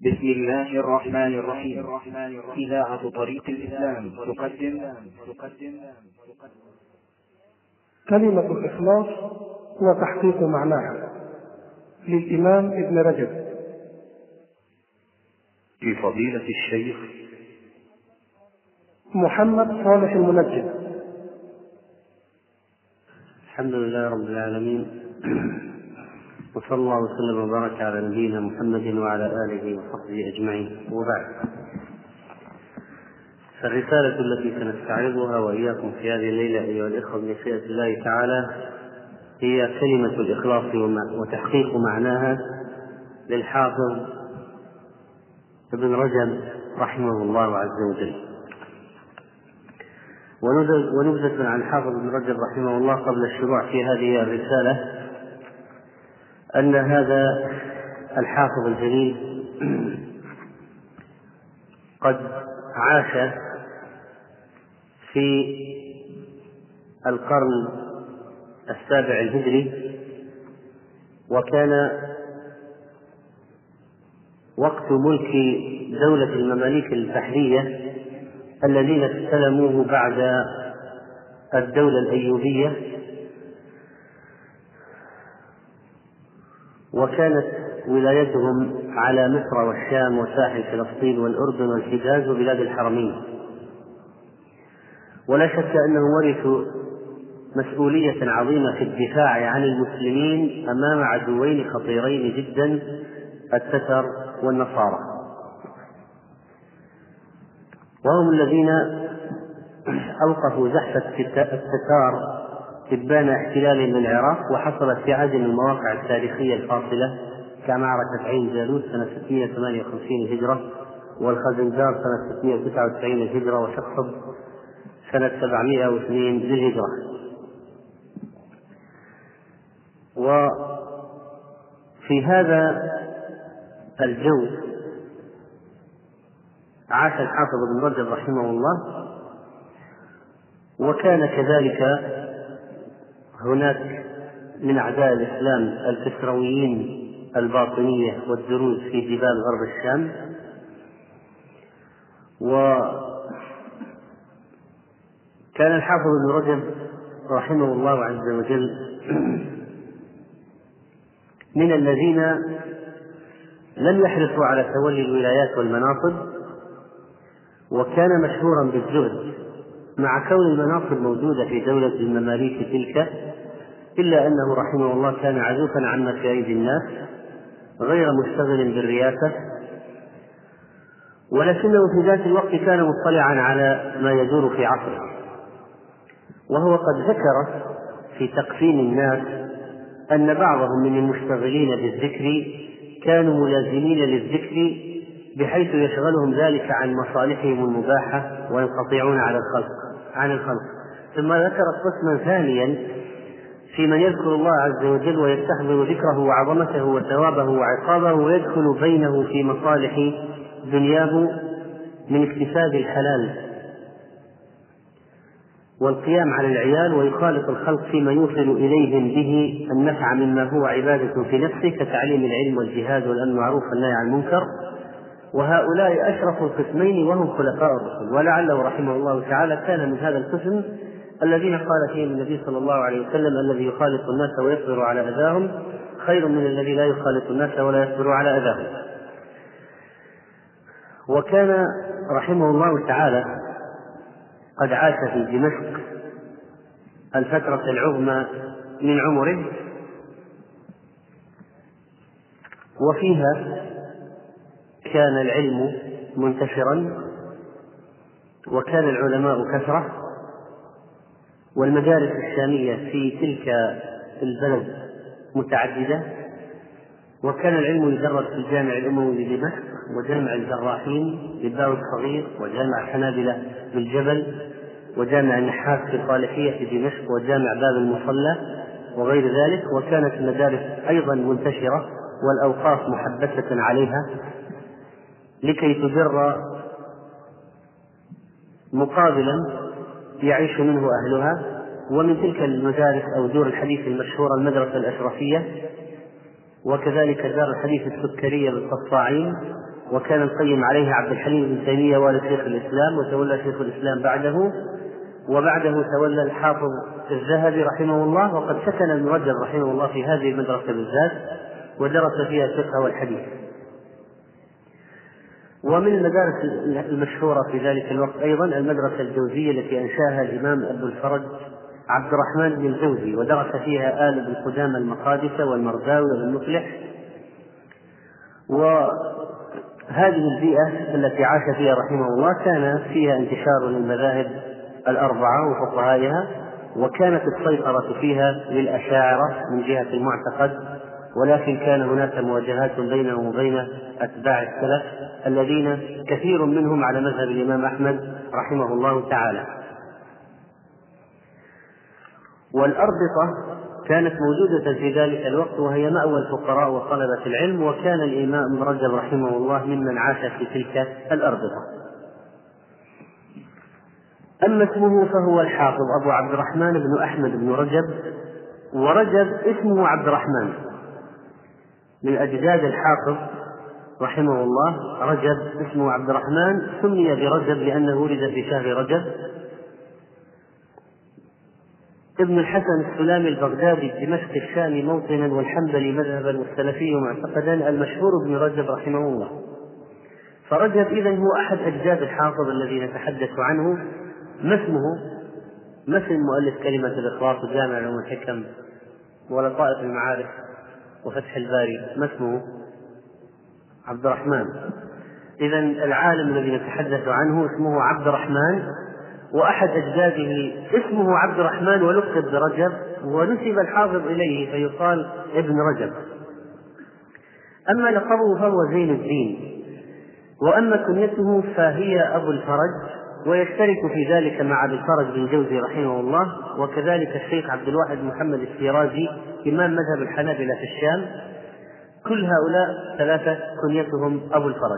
بسم الله الرحمن الرحيم. إذاعة طريق الإسلام تقدم كلمة الإخلاص وتحقيق معناها للإمام ابن رجب لفضيلة الشيخ محمد صالح المنجم. الحمد لله رب العالمين، وصلى الله وسلم وبارك على نبينا محمد وعلى آله وصحبه أجمعين، وبعد. فالرسالة التي سنستعرضها وإياكم في هذه الليلة أيها الإخوة بمشيئة الله تعالى هي كلمة الإخلاص وتحقيق معناها للحافظ ابن رجب رحمه الله عز وجل. ونبذة عن حافظ ابن رجب رحمه الله قبل الشروع في هذه الرسالة أن هذا الحافظ الجليل قد عاش في القرن السابع الهجري، وكان وقت ملك دولة المماليك البحرية الذين استلموه بعد الدولة الأيوبية، وكانت ولايتهم على مصر والشام وساحل فلسطين والأردن والحجاز وبلاد الحرمين. ولا شك أنهم ورثوا مسؤولية عظيمة في الدفاع عن المسلمين أمام عدوين خطيرين جدا، التتر والنصارى، وهم الذين أوقفوا زحف التتار إبان احتلال للعراق، وحصلت في عدد من المواقع التاريخية الفاصلة كمعركة عين جالوت سنة 658 الهجرة، والخزندار سنة 699 الهجرة، وشقصب سنة 702 للهجرة. وفي هذا الجو عاش الحافظ ابن رجب رحمه الله، وكان كذلك هناك من أعداء الإسلام الكسرويين الباطنية والدروز في جبال غرب الشام. وكان الحافظ ابن رجب رحمه الله عز وجل من الذين لم يحرصوا على تولي الولايات والمناصب، وكان مشهورا بالزهد مع كون المناصب موجودة في دولة المماليك تلك، إلا أنه رحمه الله كان عزوفا عما في أيدي الناس غير مشتغل بالرياسة، ولكنه في ذات الوقت كان مطلعا على ما يدور في عصره. وهو قد ذكر في تقسيم الناس أن بعضهم من المشتغلين بالذكر كانوا ملازمين للذكر بحيث يشغلهم ذلك عن مصالحهم المباحة وينقطعون عن الخلق. ثم ذكر قسما ثانيا في من يذكر الله عز وجل ويستحضر ذكره وعظمته وثوابه وعقابه، ويدخل بينه في مصالح دنياه من اكتساب الحلال والقيام على العيال، ويخالط الخلق فيما يوصل إليهم به النفع مما هو عبادة في نفسه كتعليم العلم والجهاد والأمر بالمعروف والنهي عن المنكر. وهؤلاء أشرف القسمين وهم خلفاء الرسل، ولعله رحمه الله تعالى كان من هذا القسم الذين قال فيهم النبي صلى الله عليه وسلم: الذي يخالط الناس ويصبر على أذاهم خير من الذي لا يخالط الناس ولا يصبر على أذاهم. وكان رحمه الله تعالى قد عاش في دمشق الفترة العظمى من عمره، وفيها كان العلم منتشرا، وكان العلماء كثرة، والمدارس الشامية في تلك البلد متعددة، وكان العلم يدرس في الجامع الأموي لدمشق، وجامع الجراحين للباو الصغير، وجامع الحنابلة بالجبل، وجامع النحاس في صالحية في دمشق، وجامع باب المصلى وغير ذلك. وكانت المدارس أيضا منتشرة والأوقاف محبسة عليها لكي تدر مقابلا يعيش منه أهلها. ومن تلك المدارس أو دور الحديث المشهورة المدرسة الأشرفية، وكذلك دار الحديث السكرية بالقصاعين، وكان القيم عليه عبد الحليم بن تيمية والد شيخ الإسلام، وتولى شيخ الإسلام بعده، وبعده تولى الحافظ الذهبي رحمه الله. وقد سكن ابن رجب رحمه الله في هذه المدرسة بالذات ودرس فيها الفقه والحديث. ومن المدارس المشهورة في ذلك الوقت أيضا المدرسة الجوزية التي أنشاها الإمام أبو الفرج عبد الرحمن بن الجوزي، ودرس فيها آل بن قدامة المقادسة والمرداوي والمفلح. وهذه البيئة التي عاش فيها رحمه الله كان فيها انتشار للمذاهب الأربعة وفقهائها، وكانت السيطرة فيها للأشاعرة من جهة المعتقد، ولكن كان هناك مواجهات بينهم وبين أتباع السلف الذين كثير منهم على مذهب الإمام أحمد رحمه الله تعالى. والأربطة كانت موجودة في ذلك الوقت، وهي مأوى الفقراء وطلبة العلم، وكان الإمام ابن رجب رحمه الله ممن عاش في تلك الأربطة. أما اسمه فهو الحافظ أبو عبد الرحمن بن أحمد بن رجب، ورجب اسمه عبد الرحمن من أجداد الحافظ رحمه الله. رجب اسمه عبد الرحمن، سمي برجب لأنه ولد في شهر رجب. ابن الحسن السلامي البغدادي الدمشقي الشامي موطنا والحنبلي مذهبا والسلفي معتقدا، المشهور ابن رجب رحمه الله. فرجب إذن هو أحد أجداد الحافظ الذي نتحدث عنه. ما اسمه؟ مثل مؤلف كلمة الإخلاص وجامع العلوم والحكم ولطائف المعارف وفتح الباري، ما اسمه؟ عبد الرحمن. إذن العالم الذي نتحدث عنه اسمه عبد الرحمن، وأحد أجداده اسمه عبد الرحمن ولقب برجب، ونسب الحافظ إليه فيقال ابن رجب. أما لقبه فهو زين الدين، وأما كنيته فهي أبو الفرج، ويشترك في ذلك مع أبي الفرج بن جوزي رحمه الله، وكذلك الشيخ عبد الواحد محمد الشيرازي إمام مذهب الحنابلة في الشام. كل هؤلاء ثلاثة كنيتهم أبو الفرج.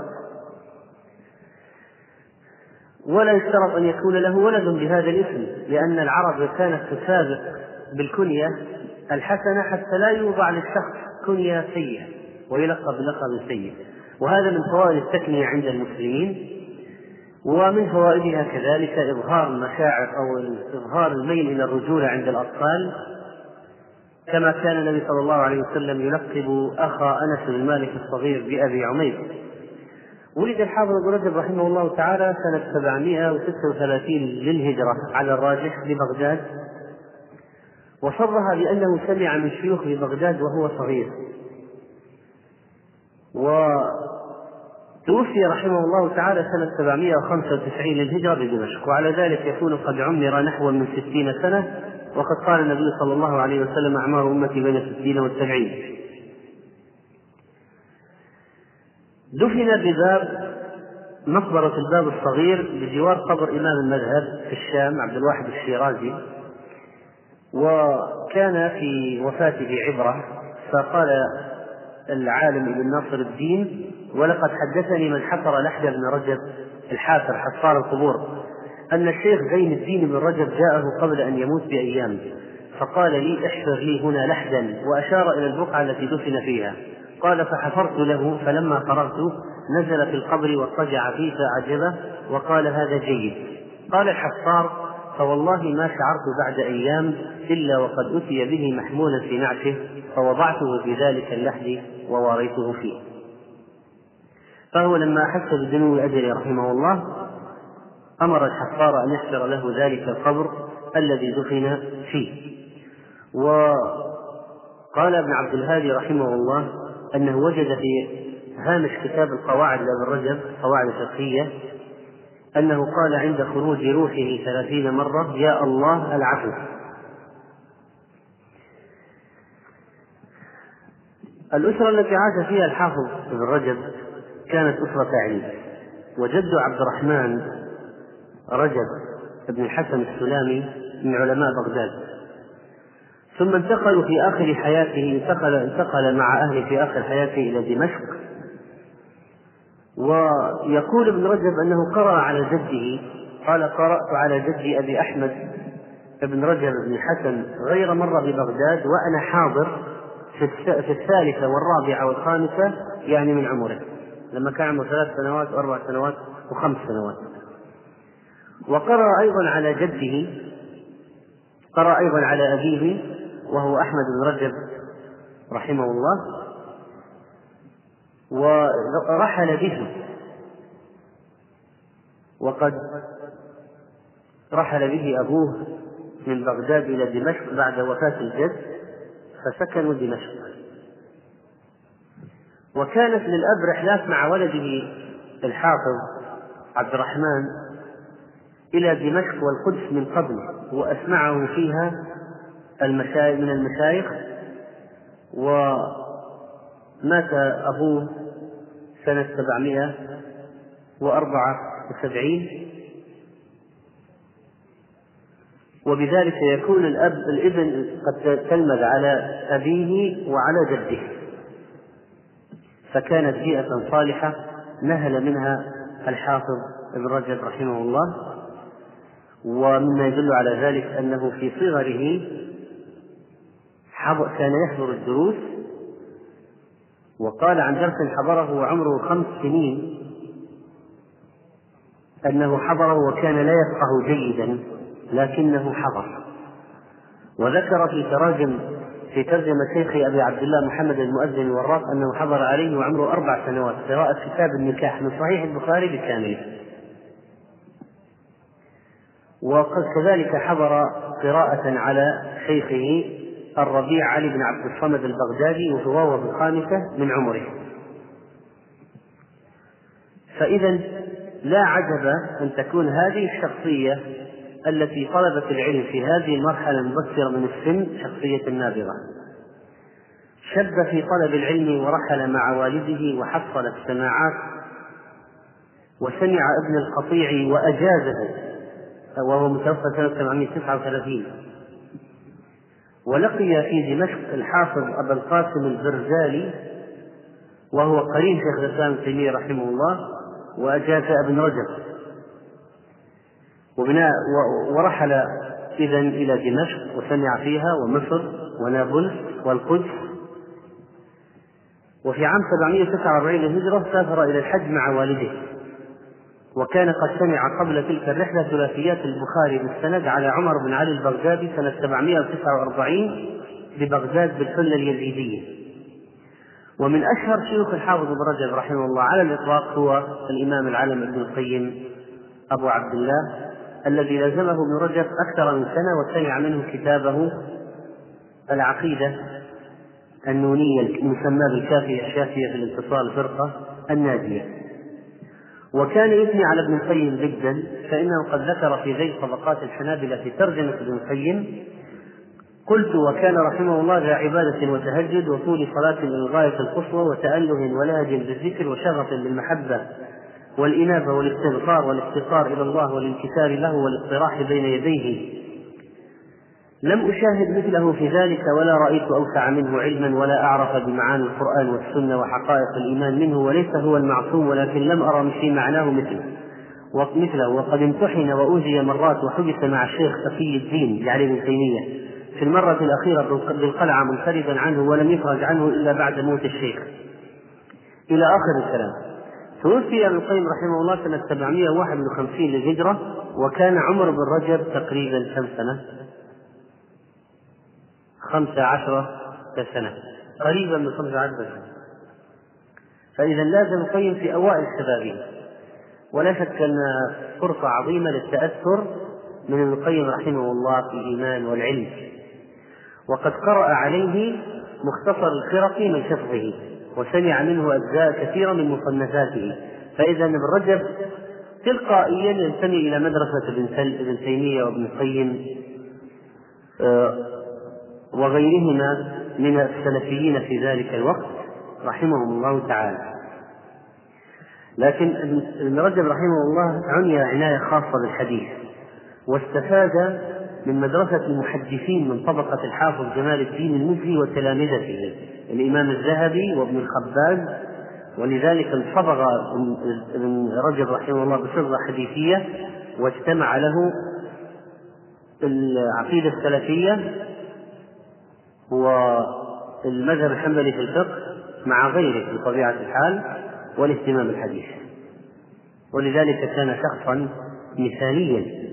ولا يشترط أن يكون له ولد بهذا الاسم، لأن العرب كانت تسابق بالكنية الحسنة حتى لا يوضع للشخص كنية سيئة ويلقب بلقب سيء. وهذا من فوائد التكنية عند المسلمين. ومن فوائدها كذلك إظهار المشاعر أو إظهار الميل إلى الرجولة عند الأطفال، كما كان النبي صلى الله عليه وسلم يلقب أخا أنس بن مالك الصغير بأبي عمير. ولد الحافظ ابن رجب رحمه الله تعالى سنة 736 للهجرة على الراجح ببغداد، وصرها بأنه سمع من شيوخ ببغداد وهو صغير. وتوفي رحمه الله تعالى سنة 795 للهجرة بدمشق، وعلى ذلك يكون قد عمر نحو من 60 سنة، وقد قال النبي صلى الله عليه وسلم أعمار أمتي بين 60 و70. دفن بباب مقبرة الباب الصغير بجوار قبر إمام المذهب في الشام عبد الواحد الشيرازي. وكان في وفاته عبرة، فقال العالم ابن ناصر الدين: ولقد حدثني من حفر لحد ابن رجب الحافر حفار القبور أن الشيخ زين الدين بن رجب جاءه قبل أن يموت بأيام، فقال لي: احفر لي هنا لحدا، وأشار إلى البقعة التي دفن فيها. قال: فحفرت له، فلما فرغت نزل في القبر واضطجع فيه فأعجبه وقال: هذا جيد. قال الحفار: فوالله ما شعرت بعد أيام إلا وقد أتي به محمولا في نعشه، فوضعته في ذلك اللحد وواريته فيه. فهو لما أحس بدنو أجله رحمه الله أمر الحفار أن يحفر له ذلك القبر الذي دفن فيه. وقال ابن عبد الهادي رحمه الله أنه وجد في هامش كتاب القواعد لابن رجب قواعد فقهية أنه قال عند خروج روحه 30 مرة: يا الله العفو. الأسرة التي عاش فيها الحافظ ابن رجب كانت أسرة علم، وجد عبد الرحمن رجب ابن الحسن السلامي من علماء بغداد، ثم انتقلوا في آخر حياته، انتقل مع أهله في آخر حياته إلى دمشق. ويقول ابن رجب أنه قرأ على جده، قال: قرأت على جدي أبي أحمد ابن رجب بن الحسن غير مرة ببغداد وأنا حاضر في 3 و4 و5 يعني من عمره، لما كان عمره 3 سنوات و4 سنوات و5 سنوات. وقرأ أيضا على جده، قرأ أيضا على أبيه وهو أحمد بن رجب رحمه الله، ورحل به، وقد رحل به أبوه من بغداد إلى دمشق بعد وفاة الجد، فسكنوا دمشق. وكانت للأب رحلات مع ولده الحافظ عبد الرحمن إلى دمشق والقدس من قبل، وأسمعه فيها من المشايخ. ومات أبوه سنة 774، وبذلك يكون الابن قد تلمذ على أبيه وعلى جده، فكانت بيئة صالحة نهل منها الحافظ ابن رجب رحمه الله. ومما يدل على ذلك أنه في صغره كان يحضر الدروس، وقال عن درس حضره وعمره 5 سنين أنه حضره وكان لا يفقه جيدا لكنه حضر. وذكر في ترجمة شيخ أبي عبد الله محمد المؤذن الوراق أنه حضر عليه وعمره 4 سنوات قراءة كتاب النكاح من صحيح البخاري بكامله. وكذلك حضر قراءة على شيخه الربيع علي بن عبد الصمد البغدادي وهو في 5 من عمره. فإذا لا عجب أن تكون هذه الشخصية التي طلبت العلم في هذه المرحلة المبكرة من السن شخصية نابغة. شب في طلب العلم ورحل مع والده وحصل السماعات، وسمع ابن القطيع وأجازه وهو متوفى سنة 739. ولقي في دمشق الحافظ أبا القاسم البرزالي وهو قرين شيخ الإسلام ابن تيمية رحمه الله، وأجاز ابن رجب، ورحل إذن إلى دمشق وسمع فيها ومصر ونابلس والقدس. وفي عام 749 للهجرة سافر إلى الحج مع والده، وكان قد سمع قبل تلك الرحلة ثلاثيات البخاري بالسند على عمر بن علي البغدادي سنة 749 ببغداد بالحلة اليزيدية. ومن أشهر شيوخ الحافظ ابن رجب رحمه الله على الإطلاق هو الإمام العلم ابن القيم أبو عبد الله، الذي لازمه ابن رجب أكثر من سنة وسمع منه كتابه العقيدة النونية المسمى بالكافية الشافية في الانتصال الفرقة الناجية. وكان يثني على ابن القيم جدا، فإنه قد ذكر في ذيل طبقات الحنابلة في ترجمة ابن القيم: قلت وكان رحمه الله ذا عبادة وتهجد وطول صلاة للغاية القصوى وتأله ولهج بالذكر وشغف بالمحبة والإنابة والاستغفار والافتقار إلى الله والانكسار له والاقتراح بين يديه. لم أشاهد مثله في ذلك ولا رأيت أوسع منه علما ولا أعرف بمعاني القرآن والسنة وحقائق الإيمان منه، وليس هو المعصوم ولكن لم أرى في معناه مثله. وقد امتحن وأوذي مرات وحبس مع الشيخ تقي الدين علي بن تيمية في المرة الأخيرة بالقلعة منفردا عنه، ولم يخرج عنه إلا بعد موت الشيخ، إلى آخر الكلام. توفي ابن القيم رحمه الله سنة 751 للهجرة، وكان عمر بن رجب تقريبا كم سنة؟ 15 سنة، قريبا من 15 سنة. فإذا لازم القيم في أوائل شبابه، ولا شك أن فرصة عظيمة للتأثر من ابن القيم رحمه الله في الإيمان والعلم. وقد قرأ عليه مختصر الخرقي من حفظه، وسمع منه أجزاء كثيرة من مصنفاته. فإذا ابن رجب تلقائيا ينتمي إلى مدرسة ابن تيمية وابن القيم وغيرهما من السلفيين في ذلك الوقت رحمهم الله تعالى. لكن ابن رجب رحمه الله عني عناية خاصة بالحديث، واستفاد من مدرسة المحدثين من طبقة الحافظ جمال الدين المزي وتلامذته الإمام الذهبي وابن الخباز، ولذلك انصبغ ابن رجب رحمه الله بصبغة حديثية، واجتمع له العقيدة السلفية والمذهب الحنبلي في الفقه مع غيره بطبيعة الحال، والاهتمام بالحديث، ولذلك كان شخصا مثاليا.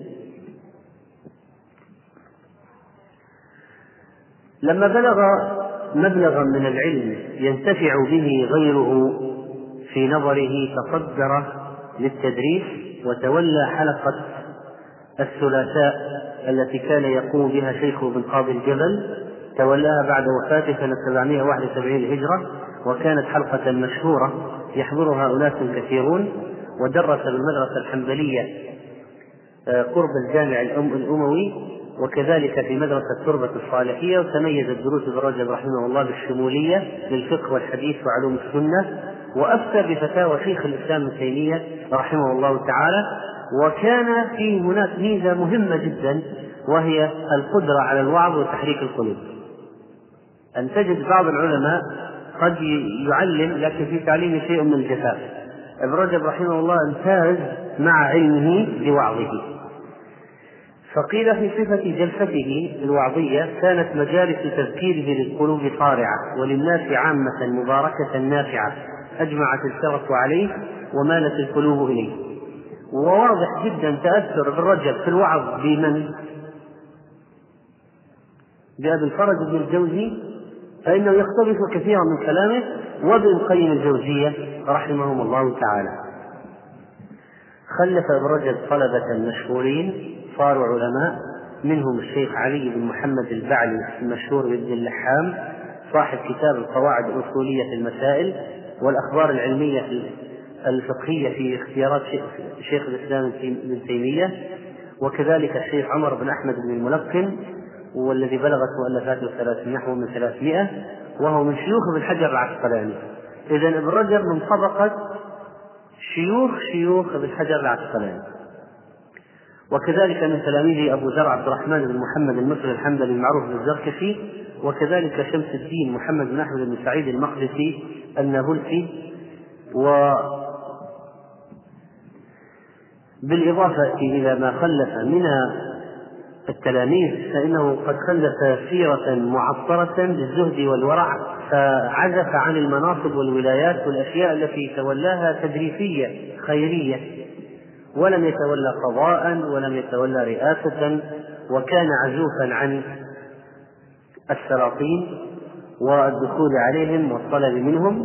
لما بلغ مبلغا من العلم ينتفع به غيره في نظره تصدر للتدريس، وتولى حلقة الثلاثاء التي كان يقوم بها شيخه بن قاضي الجبل، تولاها بعد وفاته سنة 771 الهجرة، وكانت حلقة مشهورة يحضرها أناس كثيرون. ودرس بالمدرسة الحنبلية قرب الجامع الأموي، وكذلك في مدرسة تربة الصالحية. وتميزت دروس ابن رجب رحمه الله بالشمولية للفقه والحديث وعلوم السنة، وأفتى بفتاوى شيخ الإسلام ابن تيمية رحمه الله تعالى. وكان في هناك ميزة مهمة جدا، وهي القدرة على الوعظ وتحريك القلوب. أن تجد بعض العلماء قد يعلم لكن في تعليمه شيء من الجفاف. ابن رجب رحمه الله امتاز مع علمه بوعظه. فقيل في صفة جلسته الوعظية كانت مجالس تذكيره للقلوب صارعة، وللناس عامة مباركة نافعة، أجمعت الشرف عليه ومالت القلوب إليه. وواضح جدا تأثر ابن رجب في الوعظ بمن؟ بأبي الفرج بن الجوزي، فإنه يقتبس كثيرا من كلامه، وابن القيم الجوزية رحمهم الله تعالى. خلف ابن رجب طلبة مشهورين صاروا علماء، منهم الشيخ علي بن محمد البعلي المشهور بابن اللحام صاحب كتاب القواعد الأصولية في المسائل والأخبار العلمية الفقهية في اختيارات شيخ الإسلام ابن تيمية، وكذلك الشيخ عمر بن أحمد بن الملقن، والذي بلغت مؤلفاته نحو من 300، وهو من شيوخ ابن حجر العسقلاني. إذن ابن رجب من طبقة شيوخ ابن حجر العسقلاني. وكذلك من تلاميذه أبو ذر عبد الرحمن بن محمد المصري الحنبلي المعروف بالزركشي، وكذلك شمس الدين محمد بن أحمد بن سعيد المقدسي النابلسي. وبالإضافة إلى ما خلف من التلاميذ، فإنه قد خلف سيرة معطرة بالزهد والورع، فعزف عن المناصب والولايات والأشياء التي تولاها تدريسية خيرية، ولم يتولى قضاء ولم يتولى رئاسة، وكان عزوفا عن السلاطين والدخول عليهم والطلب منهم.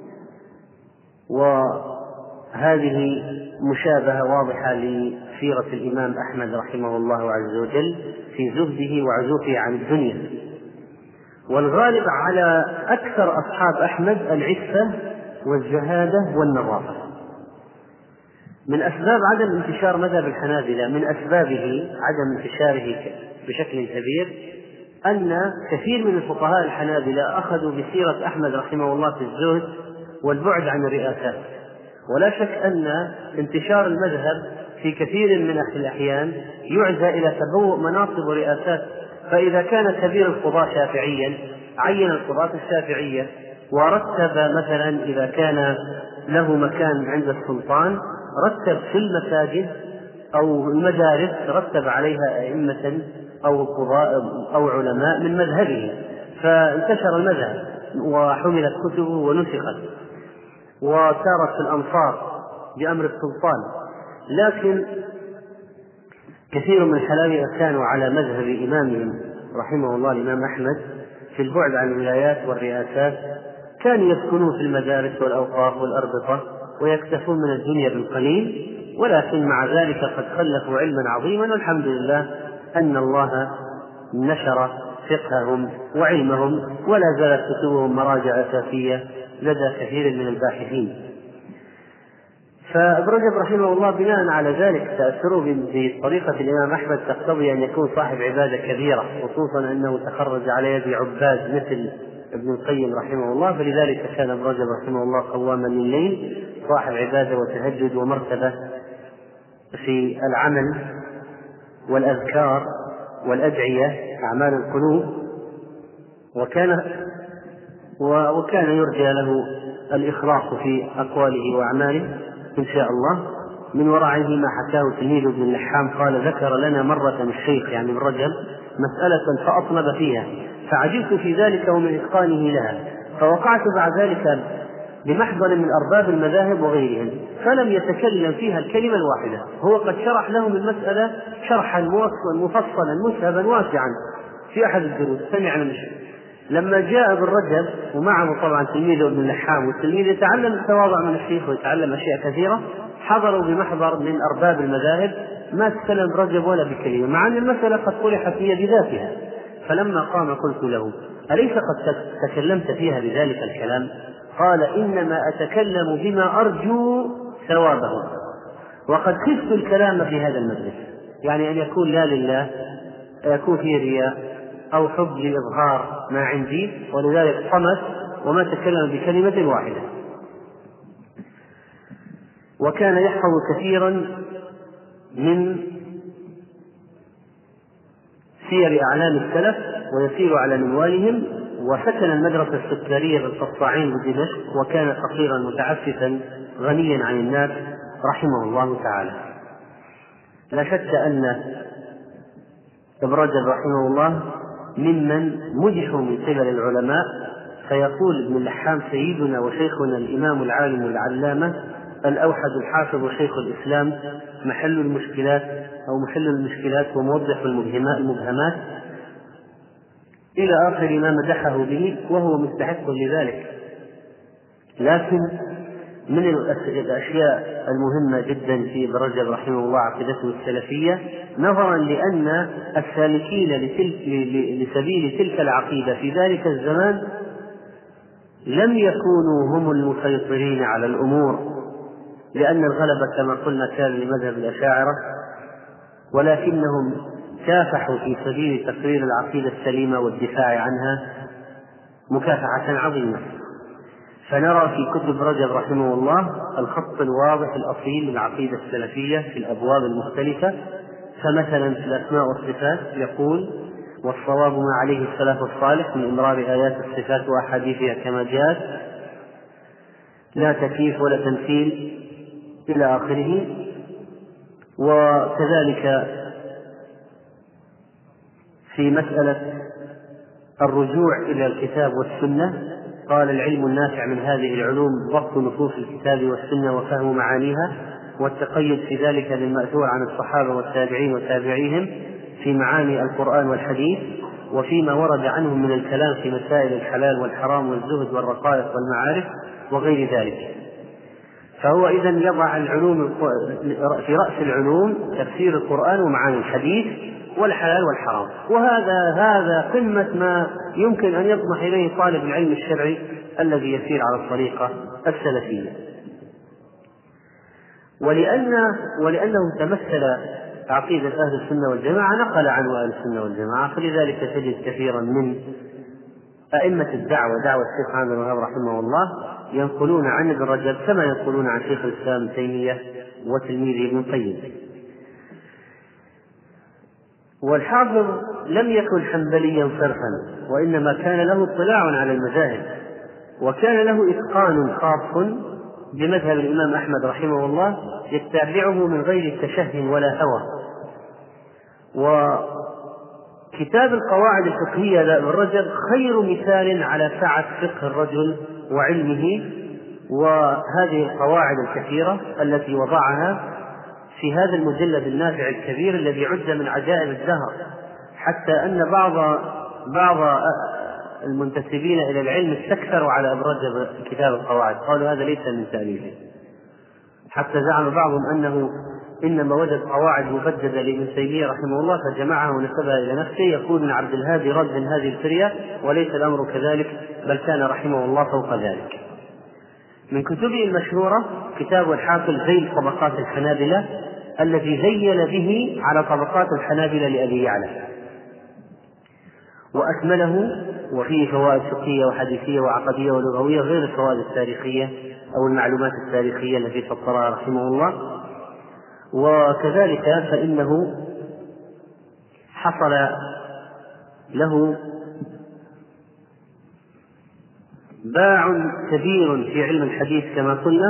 وهذه مشابهة واضحة لسيرة الإمام أحمد رحمه الله عز وجل في زهده وعزوفه عن الدنيا. والغالب على أكثر أصحاب أحمد العفة والزهادة والنظافة. من أسباب عدم انتشار مذهب الحنابلة، من أسبابه عدم انتشاره بشكل كبير، أن كثير من الفقهاء الحنابلة أخذوا بسيرة أحمد رحمه الله في الزهد والبعد عن الرئاسات. ولا شك أن انتشار المذهب في كثير من الأحيان يعزى إلى تبوء مناصب ورئاسات. فإذا كان كبير القضاة شافعيا عين القضاة الشافعية، ورتب مثلا إذا كان له مكان عند السلطان رتب في المساجد أو المدارس رتب عليها أئمة أو قضاء أو علماء من مذهبه، فانتشر المذهب وحملت كتبه ونسخت وسارت في الأمصار بأمر السلطان. لكن كثير من الحنابلة كانوا على مذهب إمامهم رحمه الله الإمام أحمد في البعد عن الولايات والرئاسات، كانوا يسكنون في المدارس والأوقاف والأربطة ويكتفون من الدنيا بالقليل، ولكن مع ذلك قد خلفوا علما عظيما، والحمد لله أن الله نشر فقههم وعلمهم، ولا زالت كتبهم مراجع أساسية لدى كثير من الباحثين. فابن رجب رحمه الله بناء على ذلك تأثره بطريقة الإمام أحمد تقتضي أن يكون صاحب عبادة كبيرة، خصوصا أنه تخرج على يد عباد مثل ابن القيم رحمه الله، فلذلك كان ابن رجب رحمه الله قواما لليل، صاحب عبادة وتهجد ومرتبة في العمل والأذكار والأدعية أعمال القلوب، وكان يرجى له الإخلاص في أقواله وأعماله إن شاء الله. من ورعه ما حكاه تلميذ ابن اللحام قال: ذكر لنا مرة الشيخ يعني ابن رجب مسألة فأطنب فيها، فعجبت في ذلك ومن إتقانه لها، فوقعت بعد ذلك بمحضر من أرباب المذاهب وغيرهم، فلم يتكلم فيها الكلمة الواحدة. هو قد شرح لهم المسألة شرحا مفصلا مسهبا واسعا في أحد الدروس، سمعنا منه. لما جاء ابن رجب ومعه طبعا تلميذه ابن اللحام، والتلميذ يتعلم التواضع من الشيخ ويتعلم أشياء كثيرة، حضروا بمحضر من أرباب المذاهب، ما تكلم رجب ولا بكلمة، مع أن المسألة قد طرحت هي بذاتها. فلما قام قلت له: أليس قد تكلمت فيها بذلك الكلام؟ قال: إنما أتكلم بما أرجو ثوابه، وقد خفت الكلام في هذا المجلس، يعني أن يكون لا لله، يكون فيه رياء أو حب لإظهار ما عندي، ولذلك صمت وما تكلم بكلمة واحدة. وكان يحفظ كثيرا من سير أعلام السلف ويسير على منوالهم، وسكن المدرسة السكرية بالقصاعين بدمشق، وكان فقيرا متعففا غنيا عن الناس رحمه الله تعالى. لا شك أن ابن رجب رحمه الله ممن مدحوا من قبل العلماء، فيقول ابن اللحام: سيدنا وشيخنا الإمام العالم العلامة الأوحد الحافظ وشيخ الإسلام، محل المشكلات وموضح المبهمات، إلى آخر ما مدحه به، وهو مستحق لذلك. لكن من الأشياء المهمة جدا في ابن رجب رحمه الله عقيدته السلفية، نظرا لأن السالكين لسبيل تلك العقيدة في ذلك الزمان لم يكونوا هم المسيطرين على الأمور، لأن الغلبة كما قلنا كان لمذهب الأشاعرة، ولكنهم كافحوا في سبيل تقرير العقيدة السليمة والدفاع عنها مكافحة عظيمة. فنرى في كتب رجب رحمه الله الخط الواضح الأصيل للعقيدة السلفية في الأبواب المختلفة. فمثلا في الأسماء والصفات يقول: والصواب ما عليه السلف الصالح من إمرار آيات الصفات وأحاديثها كما جاءت، لا تكييف ولا تمثيل إلى آخره. وكذلك في مسألة الرجوع إلى الكتاب والسنة قال: العلم النافع من هذه العلوم ضبط نصوص الكتاب والسنة وفهم معانيها، والتقيد في ذلك بالمأثور عن الصحابة والتابعين وتابعيهم في معاني القرآن والحديث، وفيما ورد عنهم من الكلام في مسائل الحلال والحرام والزهد والرقائق والمعارف وغير ذلك. فهو إذن يضع العلوم في رأس العلوم تفسير القرآن ومعاني الحديث والحلال والحرام، وهذا قمة ما يمكن أن يطمح إليه طالب العلم الشرعي الذي يسير على الطريقة السلفية. ولأنه تمثل عقيدة أهل السنة والجماعة نقل عن أهل السنة والجماعة، فلذلك تجد كثيرا من أئمة الدعوة دعوة الشيخ محمد بن وهاب رحمه الله ينقلون عن ابن رجب كما ينقلون عن شيخ الإسلام ابن تيمية وتلميذه ابن القيم. والحافظ لم يكن حنبليا صرفا، وإنما كان له اطلاع على المذاهب، وكان له إتقان خاص بمذهب الإمام أحمد رحمه الله يتبعه من غير تشه ولا هوى. وكتاب القواعد الفقهية لابن رجب خير مثال على سعة فقه الرجل وعلمه، وهذه القواعد الكثيرة التي وضعها في هذا المجلد النافع الكبير الذي عد من عجائب الدهر، حتى أن بعض المنتسبين إلى العلم استكثروا على ابن رجب كتاب القواعد، قالوا هذا ليس من تأليفه، حتى زعم بعضهم أنه إنما وجد قواعد مبددة لابن تيمية رحمه الله فجمعها ونسبها إلى نفسه، يقول ابن عبد الهادي رد من هذه الفرية، وليس الأمر كذلك، بل كان رحمه الله فوق ذلك. من كتبه المشهورة كتاب الحافل ذيل طبقات الحنابلة، الذي ذيل به على طبقات الحنابلة لأبي يعلى وأكمله، وفيه فوائد فقهية وحديثية وعقدية ولغوية غير الفوائد التاريخية أو المعلومات التاريخية التي سطرها رحمه الله. وكذلك فإنه حصل له باع كبير في علم الحديث كما قلنا،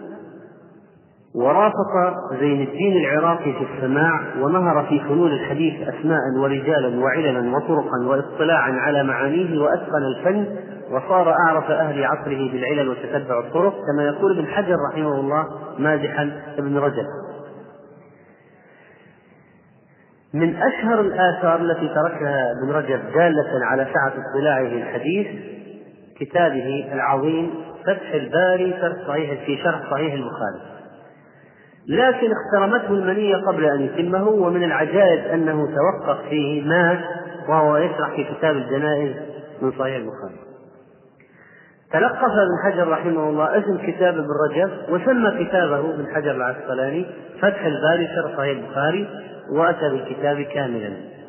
ورافق زين الدين العراقي في السماع، ومهر في فنون الحديث أسماء ورجالا وعللا وطرقا واطلاعا على معانيه، وأتقن الفن وصار أعرف أهل عصره بالعلل وتتبع الطرق، كما يقول ابن حجر رحمه الله مادحا ابن رجب. من أشهر الآثار التي تركها ابن رجب دالة على سعة اطلاعه الحديث كتابه العظيم فتح الباري في شرح صحيح البخاري، لكن اخترمته المنية قبل أن يتمه، ومن العجائب أنه توقف فيه مات وهو يشرح في كتاب الجنائز من صحيح البخاري. تلقف ابن حجر رحمه الله اسم كتاب ابن رجب وسمى كتابه ابن حجر العسقلاني فتح الباري شرح صحيح البخاري، وأتى بالكتاب كاملا.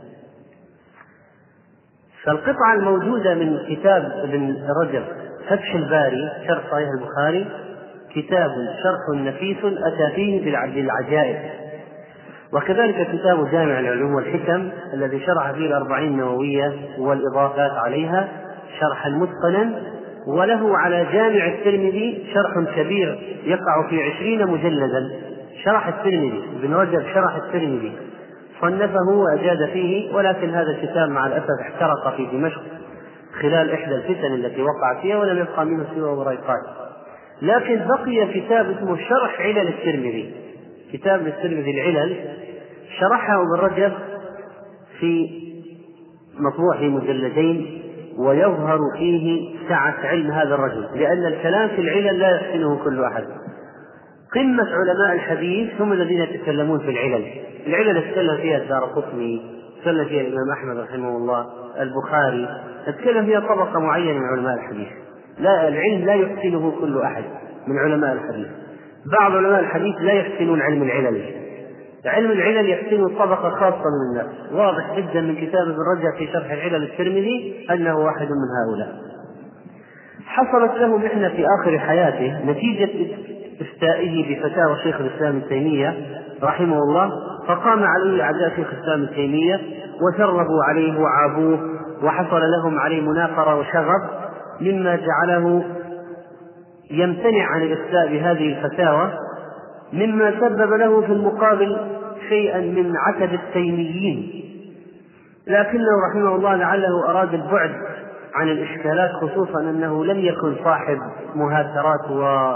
فالقطعة الموجودة من كتاب ابن رجب فتح الباري شرح صحيح البخاري كتاب شرح نفيس أتى فيه بالعجائب، وكذلك كتاب جامع العلوم والحكم الذي شرح فيه الأربعين النووية والإضافات عليها شرحا متقنا، وله على جامع الترمذي شرح كبير يقع في 20 مجلدا، شرح الترمذي ابن رجب شرح الترمذي صنفه وأجاد فيه، ولكن هذا الكتاب مع الأسف احترق في دمشق خلال إحدى الفتن التي وقعت فيها ولم يبقى منه سوى وريقات. لكن بقي كتاب اسمه شرح علل الترمذي، كتاب الترمذي العلل شرحه ابن رجب في مطبوع في مجلدين، ويظهر فيه سعة علم هذا الرجل، لأن الكلام في العلل لا يحسنه كل أحد. قمة علماء الحديث هم الذين يتكلمون في العلل يتكلم فيها الدارقطني، يتكلم فيها الإمام أحمد رحمه الله، البخاري، يتكلم فيها طبقة معينة من علماء الحديث. لا، العلم لا يحسنه كل أحد من علماء الحديث. بعض علماء الحديث لا يحسنون علم العلل، علم العلل يحسنه طبقة خاصة من الناس. واضح جدا من كتاب ابن رجب في شرح العلل الترمذي أنه واحد من هؤلاء. حصلت له محنة في آخر حياته نتيجة استائه بفتاوى شيخ الإسلام ابن تيمية رحمه الله، فقام عليه أعداء شيخ الإسلام ابن تيمية وشربوا عليه وعابوه، وحصل لهم عليه منافرة وشغب، مما جعله يمتنع عن الإفتاء بهذه الفتاوى، مما سبب له في المقابل شيئا من عتب التيميين، لكنه رحمه الله لعله أراد البعد عن الإشكالات، خصوصا أنه لم يكن صاحب مهاترات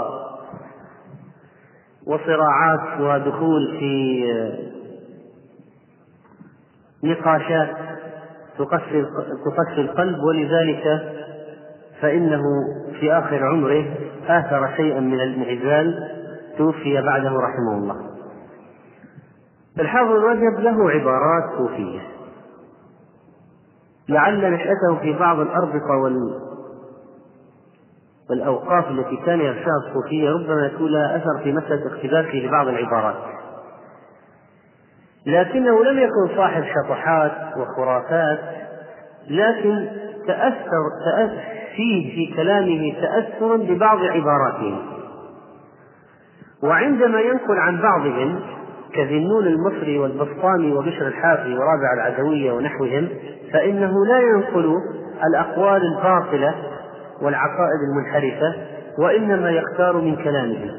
وصراعات ودخول في نقاشات تقسي القلب، ولذلك فإنه في آخر عمره آثر شيئا من الانعزال، توفي بعده رحمه الله. الحافظ رجب له عبارات صوفية، لعل نشأته في بعض الأربطة والأوقاف التي كان يغشاها الصوفية ربما يكون لها أثر في مسألة اقتباسه لبعض العبارات، لكنه لم يكن صاحب شطحات وخرافات، لكن تأثر فيه في كلامه تأثرا ببعض عباراته. وعندما ينقل عن بعضهم كذي النون المصري والبسطامي وبشر الحافي ورابع العدوية ونحوهم، فإنه لا ينقل الأقوال الباطلة والعقائد المنحرفة، وإنما يختار من كلامهم،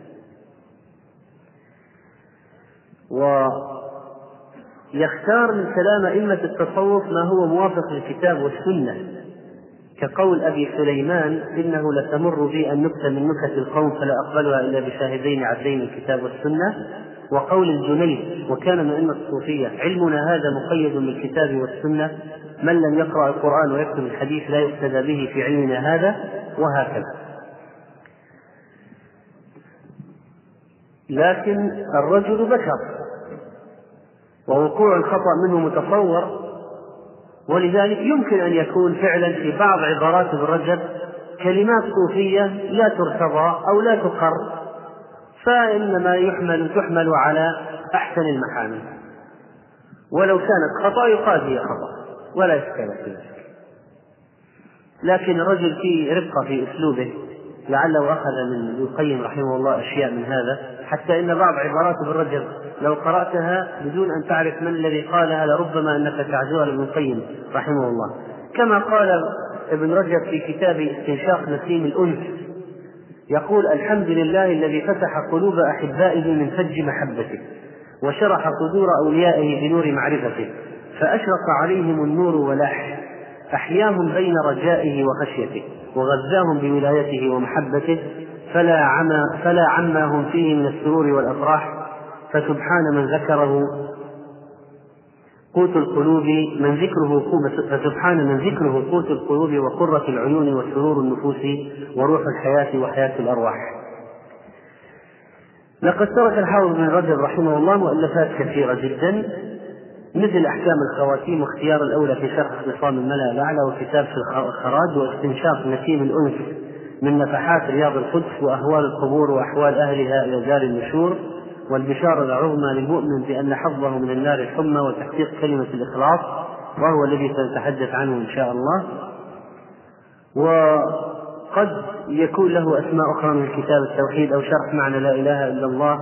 ويختار من كلام أئمة التصوف ما هو موافق للكتاب والسنة، كقول أبي سليمان إنه لتمر بي النكتة من نكت القوم فلا أقبلها إلا بشاهدين عدلين الكتاب والسنة، وقول الجنيد وكان من أئمة الصوفية علمنا هذا مقيد بالكتاب والسنة، من لم يقرأ القرآن ويكتب الحديث لا يقتدى به في علمنا هذا، وهكذا. لكن الرجل بشر ووقوع الخطأ منه متصور، ولذلك يمكن أن يكون فعلا في بعض عبارات ابن رجب كلمات صوفية لا ترتضى أو لا تقر، فإنما تحمل على أحسن المحامل، ولو كانت خطأ يقال هي خطأ ولا إشكال فيه. لكن الرجل فيه رقة في أسلوبه، لعله أخذ من ابن القيم رحمه الله أشياء من هذا، حتى إن بعض عبارات ابن رجب لو قرأتها بدون أن تعرف من الذي قالها لربما أنك تعزوها لابن القيم رحمه الله، كما قال ابن رجب في كتاب استنشاق نسيم الأنس، يقول الحمد لله الذي فتح قلوب أحبائه من فج محبته، وشرح صدور أوليائه بنور معرفته، فأشرق عليهم النور ولاح، أحياهم بين رجائه وخشيته، وغذاهم بولايته ومحبته، فلا عما هم فيه من السرور والأفراح. فسبحان من ذكره قوت القلوب وقرة العيون وسرور النفوس وروح الحياة وحياة الأرواح. لقد ترك الحافظ بن رجب رحمه الله مؤلفات كثيرة جدا، مثل أحكام الخواتيم، واختيار الأولى في شرح خصام الملأ الأعلى، وكتاب في الخراج، واستنشاق نسيم الأنس من نفحات رياض القدس، وأهوال القبور وأحوال أهلها إلى دار النشور، والبشارة العظمى للمؤمن بأن حظه من النار الحمى، وتحقيق كلمة الإخلاص، وهو الذي سنتحدث عنه إن شاء الله. وقد يكون له أسماء أخرى من كتاب التوحيد أو شرح معنى لا إله إلا الله.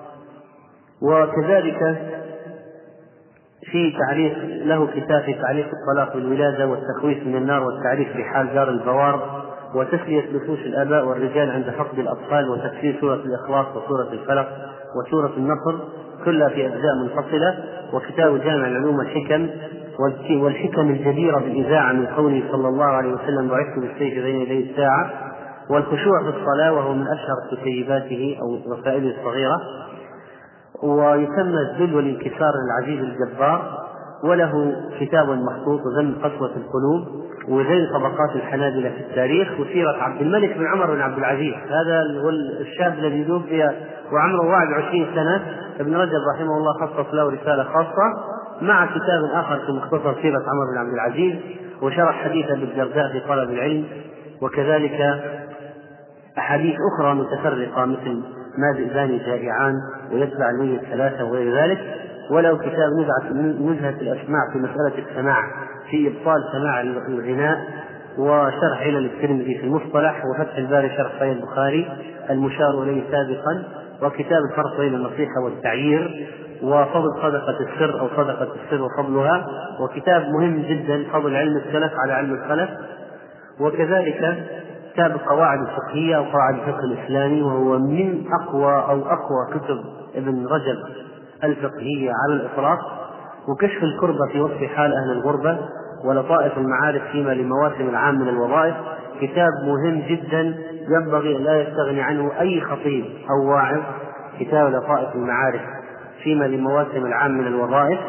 وكذلك في تعريف له كتاب في تعريف الطلاق والولادة والتخويف من النار، والتعريف بحال دار البوار، وتسلية نفوس الآباء والرجال عند فقد الأطفال، وتفسير سورة الإخلاص وسورة الفلق وسورة النصر، كلها في أجزاء منفصلة. وكتاب جامع العلوم والحكم الجديرة بالإذاعة من قوله صلى الله عليه وسلم بعثت بالسيف بين يدي الساعة، والخشوع في الصلاة، وهو من أشهر كتيباته أو رسائله الصغيرة. ويسمى الذل والانكسار العزيز الجبار. وله كتاب مخطوط ذم قسوة القلوب، وذيل طبقات الحنابلة في التاريخ، وسيرة عبد الملك بن عمر بن عبد العزيز، هذا هو الشاب الذي توفي وعمره 21 سنة. ابن رجب رحمه الله خصص له رسالة خاصة مع كتاب آخر في مختصر سيرة عمر بن عبد العزيز، وشرح حديث ابي الدرداء في طلب العلم، وكذلك أحاديث أخرى متفرقة مثل ما ذئبان جائعان ويتبع الميت ثلاثة وغير ذلك. ولو كتاب نزهة الأسماع في مسألة السماع في إبطال سماع الغناء، وشرح علل الترمذي في المصطلح، وفتح الباري شرح صحيح البخاري المشار إليه سابقا، وكتاب الفرق بين النصيحة والتعيير، وفضل صدقة السر أو صدقة السر وفضلها، وكتاب مهم جدا فضل علم السلف على علم الخلف، وكذلك كتاب القواعد الفقهية أو قواعد الفقه الإسلامي، وهو من أقوى كتب ابن رجب الفقهية على الإطلاق، وكشف الكربة في وصف حال أهل الغربة، ولطائف المعارف فيما لمواسم العام من الوظائف، كتاب مهم جدا ينبغي أن لا يستغني عنه أي خطيب أو واعظ، كتاب لطائف المعارف فيما لمواسم العام من الوظائف.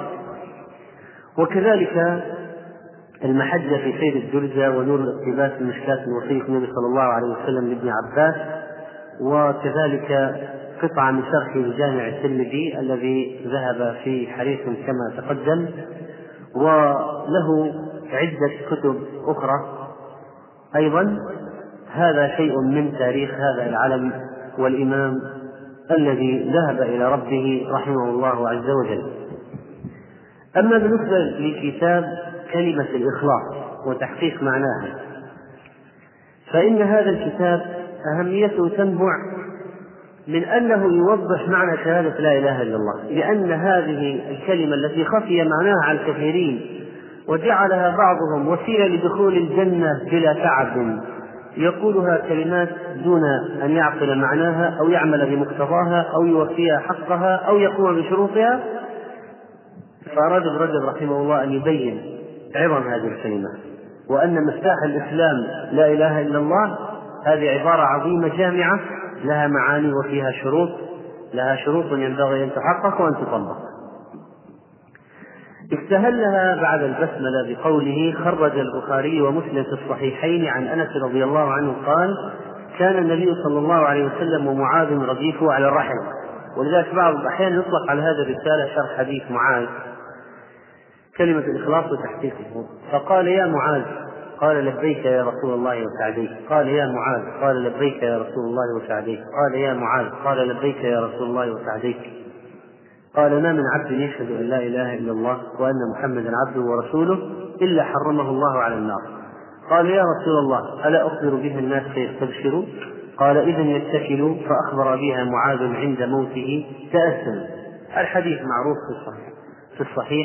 وكذلك المحجة في سيد الدرجة، ونور الاقتباس في مشكاة الوصية النبي صلى الله عليه وسلم لابن عباس، وكذلك قطعة من شرح الجامع الترمذي الذي ذهب في حديث كما تقدم. وله عدة كتب أخرى أيضا. هذا شيء من تاريخ هذا العلم والإمام الذي ذهب إلى ربه رحمه الله عز وجل. أما بالنسبة لكتاب كلمة الإخلاص وتحقيق معناها، فإن هذا الكتاب أهميته تنبع من أنه يوضح معنى شهادة لا إله إلا الله، لأن هذه الكلمة التي خفي معناها على الكثيرين وجعلها بعضهم وسيلة لدخول الجنة بلا تعب، يقولها كلمات دون أن يعقل معناها أو يعمل بمقتضاها أو يوفيها حقها أو يقوم بشروطها. فأراد ابن رجب رحمه الله أن يبين عظم هذه الكلمة، وأن مفتاح الإسلام لا إله إلا الله هذه عبارة عظيمة جامعة لها معاني وفيها شروط، لها شروط ينبغي أن تحقق وأن تطبق. استهلها بعد البسملة بقوله: خرج البخاري ومسلم في الصحيحين عن أنس رضي الله عنه قال: كان النبي صلى الله عليه وسلم ومعاذ رديفه على الرحل. ولذلك بعض الأحيان يطلق على هذا الرسالة شرح حديث معاذ كلمة الإخلاص وتحقيقه. فقال: يا معاذ، قال: لبيك يا رسول الله وسعديك. قال: يا معاذ، قال: لبيك يا رسول الله وسعديك. قال: يا معاذ، قال: لبيك يا رسول الله وسعديك. قال: ما من عبد يشهد أن لا إله إلا الله وأن محمدا عبده ورسوله إلا حرمه الله على النار. قال: يا رسول الله، ألا أخبر بها الناس فيستبشروا؟ قال: إذن يتكلوا. فأخبر بها معاذ عند موته تأثم. الحديث معروف في الصحيح.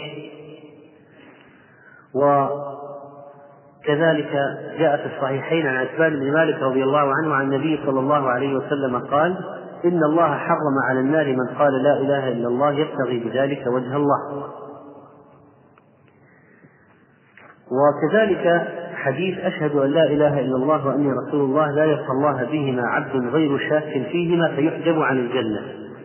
وكذلك جاء في الصحيحين عن عتبان بن مالك رضي الله عنه عن النبي صلى الله عليه وسلم قال: إن الله حرم على النار من قال لا إله إلا الله يبتغي بذلك وجه الله. وكذلك حديث أشهد أن لا إله إلا الله وأني رسول الله لا يلقى الله بهما عبد غير شاك فيهما فيحجب عن الجنة.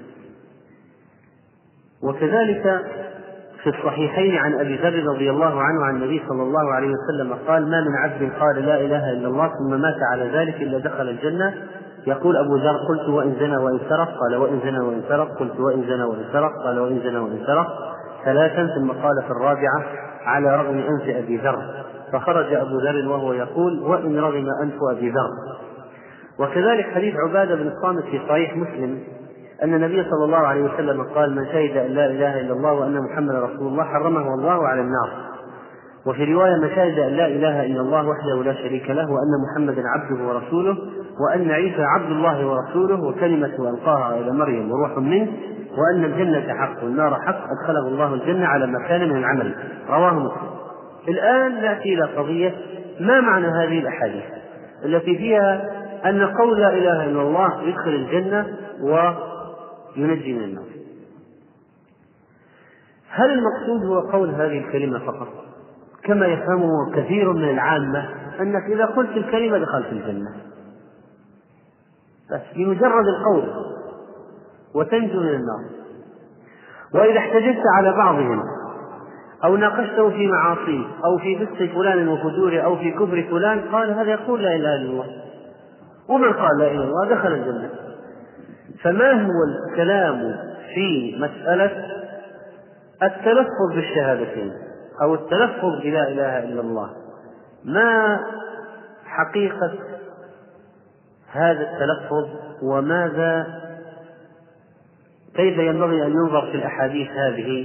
وكذلك في الصحيحين عن أبي ذر رضي الله عنه عن النبي صلى الله عليه وسلم قال: ما من عبد قال لا إله إلا الله ثم مات على ذلك إلا دخل الجنة. يقول أبو ذر: قلت وإن زنى وإن سرق؟ قال: وإن زنى وإن سرق. قلت وإن زنى وإن سرق؟ قال: وإن زنى وإن سرق. ثلاثا، ثم قال في الرابعة: على رغم أنف أبي ذر. فخرج أبو ذر وهو يقول: وإن رغم أنف أبي ذر. وكذلك حديث عبادة بن الصامت في صحيح مسلم أن النبي صلى الله عليه وسلم قال: من شهد أن لا إله إلا الله وأن محمدا رسول الله حرمه الله على النار. وفي رواية: من شهد أن لا إله إلا الله وحده لا شريك له وأن محمدا عبده ورسوله وأن عيسى عبد الله ورسوله وكلمة ألقاها إلى مريم وروح منه وأن الجنة حق والنار حق أدخله الله الجنة على ما كان من العمل. رواه مسلم. الآن نأتي إلى قضية: ما معنى هذه الأحاديث التي فيها أن قول لا إله إلا الله يدخل الجنة وينجي من النار؟ هل المقصود هو قول هذه الكلمة فقط كما يفهمه كثير من العامة أنك إذا قلت الكلمة دخلت الجنة بس بمجرد القول وتنجو من النار؟ وإذا احتججت على بعضهم أو ناقشته في معاصيه أو في فسق فلان وفجوره أو في كفر فلان قال هذا يقول لا إله إلا الله، ومن قال لا إله إلا الله دخل الجنة. فما هو الكلام في مسألة التلفظ بالشهادتين أو التلفظ بلا إله إلا الله؟ ما حقيقة هذا التلفظ وماذا كيف ينبغي أن ينظر في الأحاديث هذه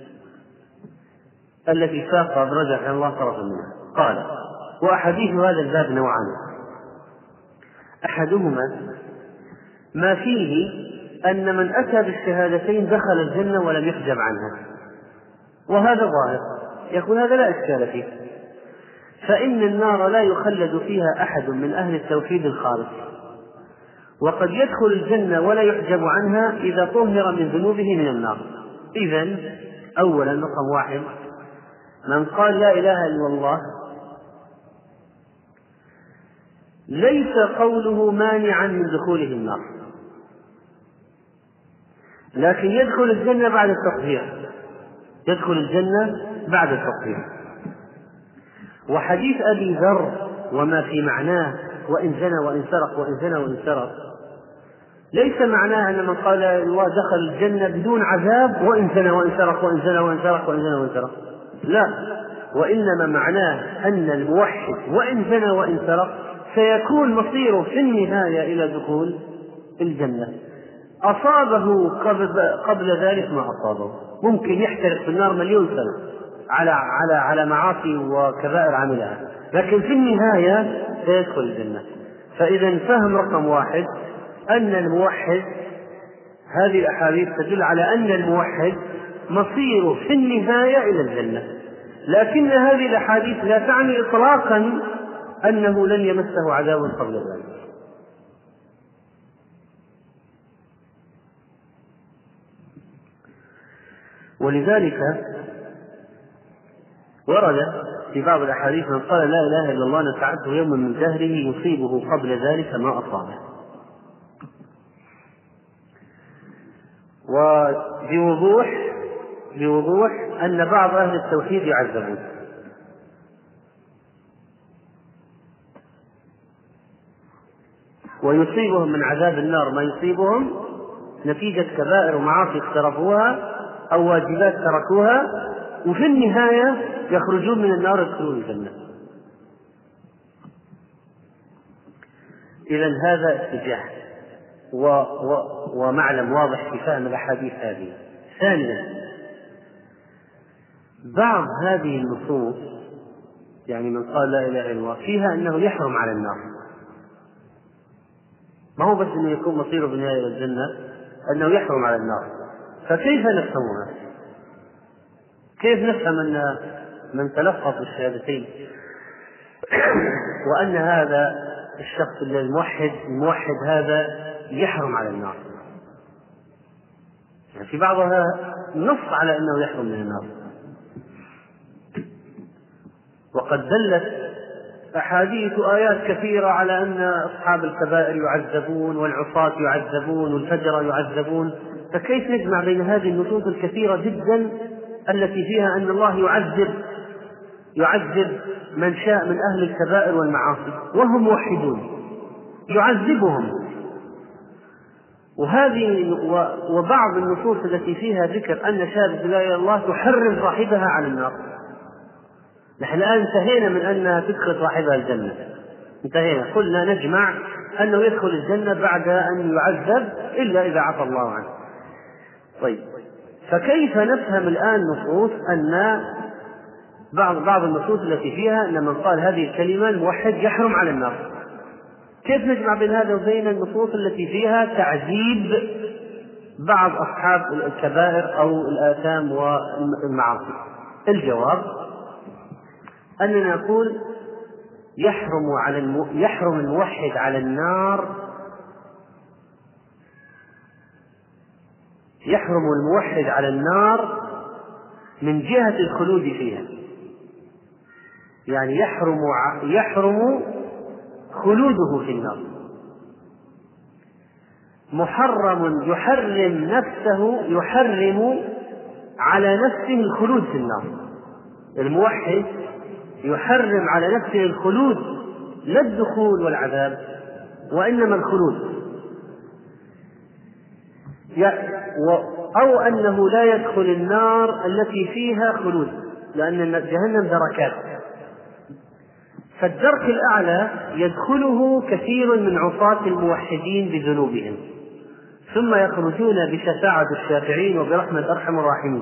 التي ساق أبرزها الله طرفا منها؟ قال: وأحاديث هذا الباب نوعان: أحدهما ما فيه أن من أتى بالشهادتين دخل الجنة ولم يحجب عنها، وهذا ظاهر، يقول هذا لا إشكال فيه، فإن النار لا يخلد فيها أحد من أهل التوحيد الخالص، وقد يدخل الجنة ولا يحجب عنها إذا طهر من ذنوبه من النار. إذن أولا رقم واحد: من قال لا إله إلا الله ليس قوله مانعا من دخوله النار، لكن يدخل الجنة بعد التطهير، يدخل الجنة بعد التطهير. وحديث أبي ذر وما في معناه وإن زنى وإن سرق وإن زنى وإن سرق ليس معناه أن من قال لا إله إلا الله دخل الجنة بدون عذاب وإن زنى وإن سرق وإن زنى وإن سرق وإن زنى وإن سرق، لا، وإنما معناه أن الموحد وإن زنى وإن سرق سيكون مصيره في النهاية إلى دخول الجنة. أصابه قبل ذلك ما أصابه، ممكن يحترق في النار 1,000,000 سنة على معاصي وكبائر عملها، لكن في النهاية سيدخل الجنة. فإذا فهم رقم واحد أن الموحد، هذه الأحاديث تدل على أن الموحد مصيره في النهاية إلى الجنة، لكن هذه الأحاديث لا تعني إطلاقا أنه لن يمسه عذاب قبل ذلك. ولذلك ورد في بعض الأحاديث: من قال لا إله إلا الله نفعته يوما من دهره يصيبه قبل ذلك ما أصابه. وبوضوح أن بعض أهل التوحيد يعذبون، ويصيبهم من عذاب النار ما يصيبهم نتيجة كبائر ومعاصي اقترفوها أو واجبات تركوها، وفي النهاية يخرجون من النار يدخلون الجنة. إذن هذا اتجاه ومعلم واضح في فهم الأحاديث هذه. ثانيا، بعض هذه النصوص يعني من قال لا إله إلا الله فيها أنه يحرم على النار، ما هو بس أنه يكون مصيره بالنهاية إلى الجنة، أنه يحرم على النار. فكيف نفهمها؟ كيف نفهم أن من تلفظ بالشهادتين وأن هذا الشخص الموحد هذا يحرم على النار؟ يعني في بعضها نص على أنه يحرم من النار، وقد دلت أحاديث آيات كثيرة على أن أصحاب الكبائر يعذبون والعصاة يعذبون والفجر يعذبون، فكيف نجمع بين هذه النصوص الكثيرة جدا التي فيها أن الله يعذب من شاء من أهل الكبائر والمعاصي وهم موحدون يعذبهم، وبعض النصوص التي فيها ذكر أن شهادة لا إله إلا الله تحرم صاحبها على النار. نحن الآن انتهينا من أنها تدخل صاحبها الجنة، انتهينا، قلنا نجمع أنه يدخل الجنة بعد أن يعذب إلا إذا عفى الله عنه. طيب، فكيف نفهم الآن نصوص أن بعض النصوص التي فيها أن من قال هذه الكلمة الموحد يحرم على النار؟ كيف نجمع بين هذا وبين النصوص التي فيها تعذيب بعض أصحاب الكبائر أو الآثام والمعاصي؟ الجواب أننا نقول يحرم الموحد على النار، يحرم الموحد على النار من جهة الخلود فيها، يعني يحرم خلوده في النار. يحرم على نفسه الخلود في النار. الموحد يحرم على نفسه الخلود، لا الدخول والعذاب وإنما الخلود، أو أنه لا يدخل النار التي فيها خلود، لأن جهنم دركات، فالدرك الأعلى يدخله كثير من عصاة الموحدين بذنوبهم ثم يخرجون بشفاعة الشافعين وبرحمة أرحم الراحمين.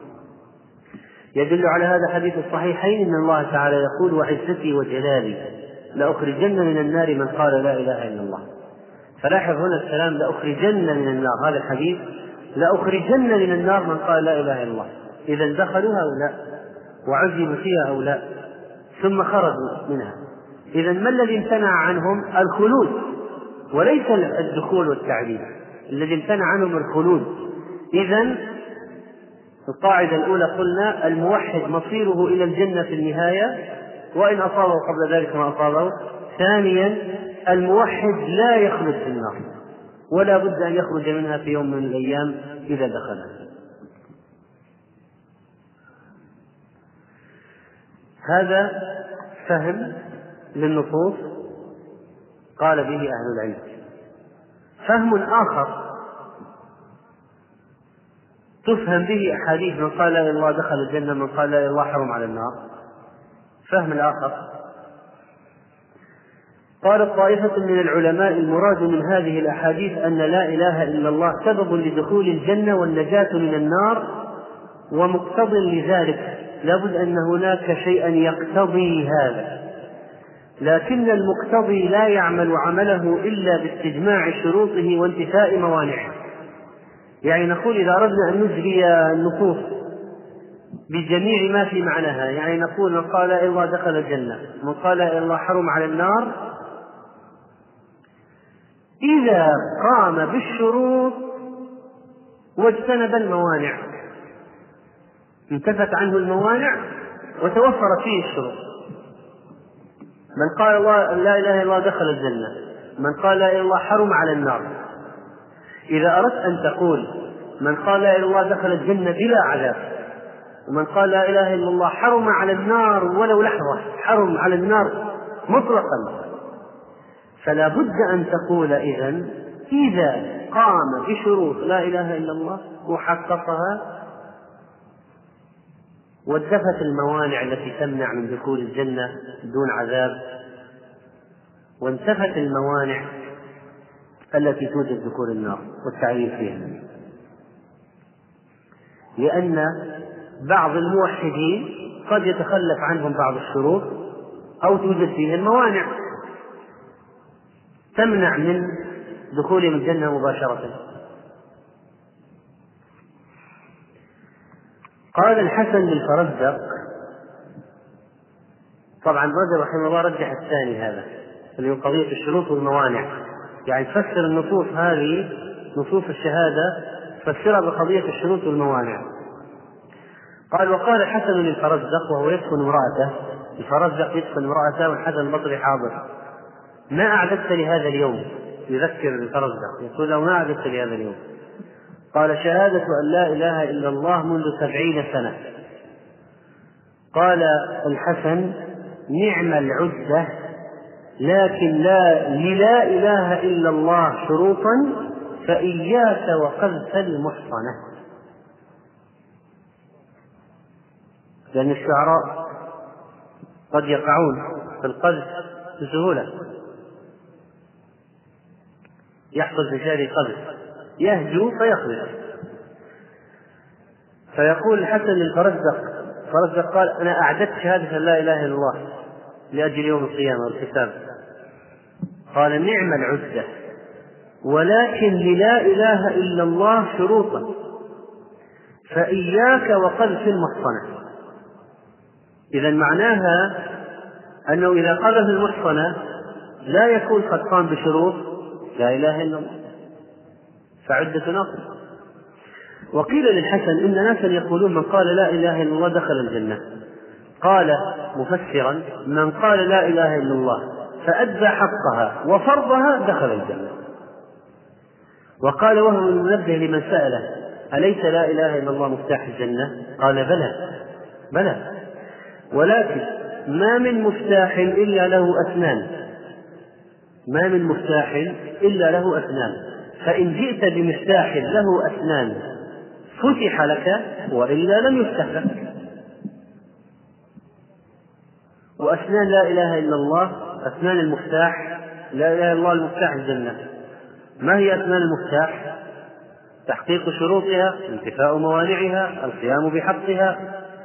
يدل على هذا حديث الصحيحين إن الله تعالى يقول: وعزتي وجلالي لأخرجن من النار من قال لا إله إلا الله. فلاحظ هنا الكلام لأخرجن من النار، هذا الحديث لأخرجن من النار من قال لا إله إلا الله، إذا دخلوها أو لا، وعذبوا فيها أو لا، ثم خرجوا منها. إذا ما الذي امتنع عنهم؟ الخلود وليس الدخول والتعذيب، الذي امتنع عنهم الخلود. إذا القاعدة الأولى قلنا الموحد مصيره إلى الجنة في النهاية وإن أصابه قبل ذلك ما أصابه. ثانيا الموحد لا يخلد في النار ولا بد أن يخرج منها في يوم من الأيام إذا دخلها. هذا فهم للنصوص قال به أهل العلم. فهم آخر تفهم به أحاديث من قال لا إله إلا الله دخل الجنة، من قال لا إله إلا الله حرم على النار. فهم الآخر قال طائفة من العلماء: المراد من هذه الأحاديث أن لا إله إلا الله سبب لدخول الجنة والنجاة من النار ومقتض لذلك، لابد أن هناك شيئا يقتضي هذا، لكن المقتضي لا يعمل عمله إلا باستجماع شروطه وانتفاء موانعه. يعني نقول إذا أردنا أن نجري النصوص بجميع ما في معناها، يعني نقول من قال لا إله إلا الله دخل الجنة، من قال لا إله إلا الله حرم على النار، إذا قام بالشروط واجتنب الموانع، انتفت عنه الموانع وتوفرت فيه الشروط. من قال لا إله إلا الله دخل الجنة، من قال لا إله إلا الله حرم على النار. إذا أردت أن تقول من قال لا إله إلا الله دخل الجنة بلا عذاب، ومن قال لا إله إلا الله حرم على النار ولو لحظة، حرم على النار مطلقا، فلا بد أن تقول إذا قام بشروط لا إله إلا الله وحققها وانتفت الموانع التي تمنع من دخول الجنة دون عذاب، وانتفت الموانع التي توجد دخول النار والتعذيب فيها. لأن بعض الموحدين قد يتخلف عنهم بعض الشروط أو توجد فيهم موانع تمنع من دخولهم الجنة مباشرة. قال الحسن للفرزدق، طبعا الرجل رحمه الله رجح الثاني هذا اللي هو قضية الشروط والموانع، يعني تفسر النصوص هذه نصوص الشهادة تفسرها بقضية الشروط والموانع. قال: وقال الحسن للفرزدق وهو يسكن امرأته: الفرزدق يدخل امرأته والحسن البصري حاضر: ما أعددت لهذا اليوم؟ يذكر الفرزدق يقول له: ما أعددت لهذا اليوم؟ قال: شهادة أن لا إله إلا الله منذ 70 سنة. قال الحسن: نعم العدة، لكن لا إله إلا الله شروطا، فإياك وقذف المحصنة. لأن الشعراء قد يقعون في القذف بسهولة، يحصل في شعره قذف، يهجو فيقذف. فيقول الحسن للفرزدق قال: أنا أعددت شهادة لا إله إلا الله لأجل يوم القيامة والحساب. قال: نعم العدة، ولكن لا إله إلا الله شروطا، فإياك وقذف المحصنة. إذا معناها أنه إذا قذف المحصنة لا يكون قد قام بشروط لا إله إلا الله، فعدة ناقص. وقيل للحسن: إن ناسا يقولون من قال لا إله إلا الله دخل الجنة. قال مفسرا: من قال لا إله إلا الله فأدى حقها وفرضها دخل الجنة. وقال وهو المنبه لمن سأله: أليس لا إله إلا الله مفتاح الجنة؟ قال: بلى، ولكن ما من مفتاح إلا له أسنان، فإن جئت بمفتاح له أسنان فتح لك، وإلا لم يفتح لك. وأسنان لا إله إلا الله أسنان المفتاح، لا إله إلا الله المفتاح الجنة. ما هي أسنان المفتاح؟ تحقيق شروطها، انتفاء موانعها، القيام بحقها.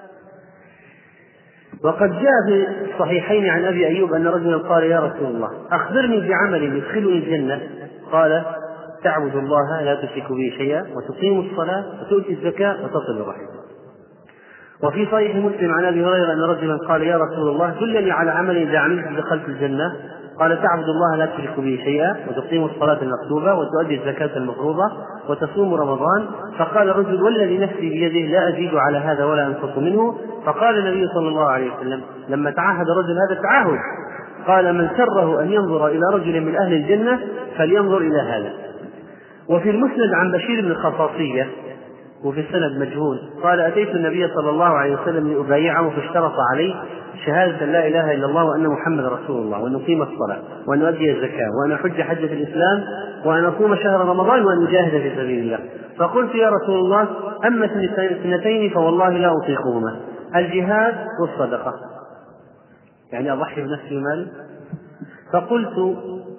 وقد جاء في الصحيحين عن أبي أيوب أن رجلا قال: يا رسول الله، أخبرني بعمل يدخلني الجنة. قال: تعبد الله لا تشرك به شيئا، وتقيم الصلاة، وتؤتي الزكاة، وتصل الرحم. وفي صحيح مسلم عن أبي هريرة أن رجلا قال: يا رسول الله، دلني على عمل إذا عملت دخلت الجنة. قال: تعبد الله لا تشرك به شيئا، وتقيم الصلاة المكتوبة، وتؤدي الزكاة المفروضة، وتصوم رمضان. فقال الرجل: والذي نفسي بيده لا أزيد على هذا ولا أنقص منه. فقال النبي صلى الله عليه وسلم لما تعاهد الرجل هذا التعاهد، قال: من سره أن ينظر إلى رجل من أهل الجنة فلينظر إلى هذا. وفي المسند عن بشير بن الخصاصية وفي السند مجهول قال: أتيت النبي صلى الله عليه وسلم لأبايعه، فاشترط عليه شهادة لا إله إلا الله وأن محمد رسول الله، وأن نقيم الصلاة، وأن نؤدي الزكاة، وأن أحج حجة الإسلام، وأن أصوم شهر رمضان، وأن أجاهد في سبيل الله. فقلت: يا رسول الله، أما اثنتين فوالله لا أطيقهما: الجهاد والصدقة، يعني أضحي بنفسي ومالي. فقلت: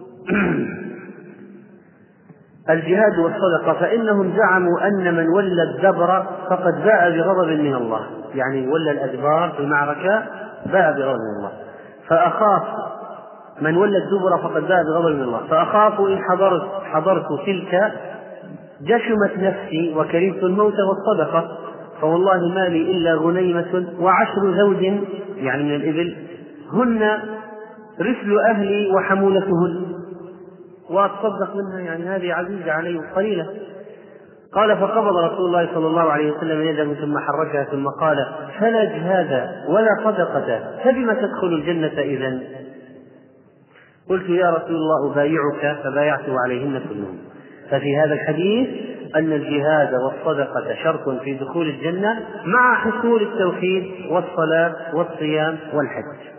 الجهاد والصدقة، فإنهم زعموا أن من ولى الدبر فقد باء بغضب من الله، يعني ولى الأدبار في المعركة باء بغضب من الله. فأخاف من ولى الدبر فقد باء بغضب من الله، فأخاف إن حضرت تلك جشمت نفسي وكرهت الموت والصدقة، فوالله ما لي إلا غنيمة و10 زوج، يعني من الإبل، هن رسل أهلي وحمولتهن، وأتصدق منها، يعني هذه عزيزة علي قليلة. قال: فقبض رسول الله صلى الله عليه وسلم يده ثم حركها ثم قال: فلا جهاد ولا صدقة، فبما تدخل الجنة إذن؟ قلت: يا رسول الله، أبايعك، فبايعته عليهن كلهن. ففي هذا الحديث أن الجهاد والصدقة شرط في دخول الجنة مع حصول التوحيد والصلاة والصيام والحج.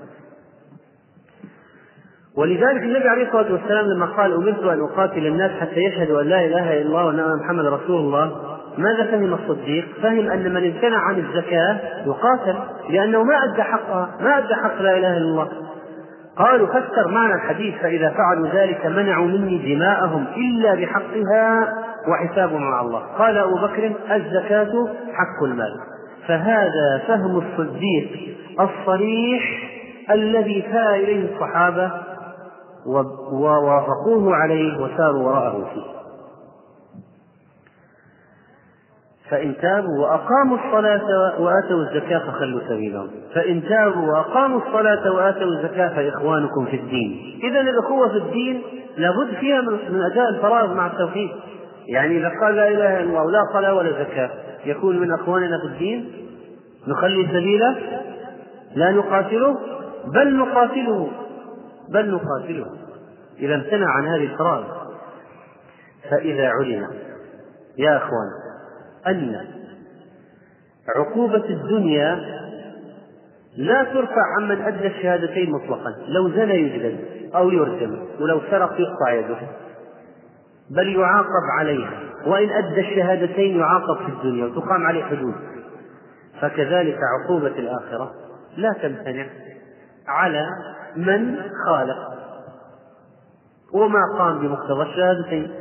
ولذلك النبي عليه الصلاة والسلام لما قال: أمرت أن أقاتل الناس حتى يشهدوا أن لا إله إلا الله وأن محمد رسول الله، ماذا فهم الصديق؟ فهم أن من امتنع عن الزكاة يقاتل، لأنه ما أدى حق لا إله إلا الله. قالوا: فسر معنى الحديث: فإذا فعلوا ذلك منعوا مني دماءهم إلا بحقها وحسابهم مع الله. قال أبو بكر: الزكاة حق المال. فهذا فهم الصديق الصريح الذي سار إليه الصحابة ووافقوه عليه وساروا وراءه فيه. فإن تابوا وأقاموا الصلاة وآتوا الزكاة فخلوا سبيلهم، فإن تابوا وأقاموا الصلاة وآتوا الزكاة فإخوانكم في الدين. إذن الأخوة في الدين لابد فيها من أداء الفرائض مع التوحيد. يعني إذا قال لا إله إلا الله ولا صلاة ولا زكاة يكون من أخواننا في الدين، نخلي سبيله، لا نقاتله، بل نقاتله إذا امتنع عن هذه الفرائض. فإذا علم يا أخوان أن عقوبة الدنيا لا ترفع عمن أدى الشهادتين مطلقا، لو زنى يجلد أو يرجم، ولو سرق يقطع يده، بل يعاقب عليها، وإن أدى الشهادتين يعاقب في الدنيا وتقام عليه حدود. فكذلك عقوبة الآخرة لا تمتنع على من خالف وما قام بمقتضى الشهادتين.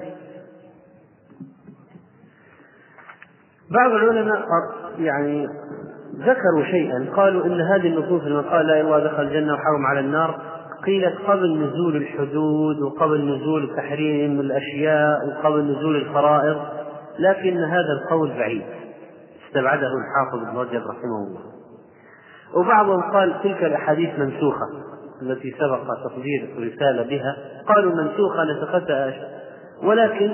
بعض العلماء يعني ذكروا شيئا، قالوا إن هذه النصوص من قال لا إله إلا الله دخل الجنة وحرم على النار قيلت قبل نزول الحدود وقبل نزول تحريم الأشياء وقبل نزول الفرائض، لكن هذا القول بعيد استبعده الحافظ ابن رجب رحمه الله. وبعضهم قال تلك الأحاديث منسوخة التي سبق تصدير الرسالة بها، قالوا منسوخة نسختها، ولكن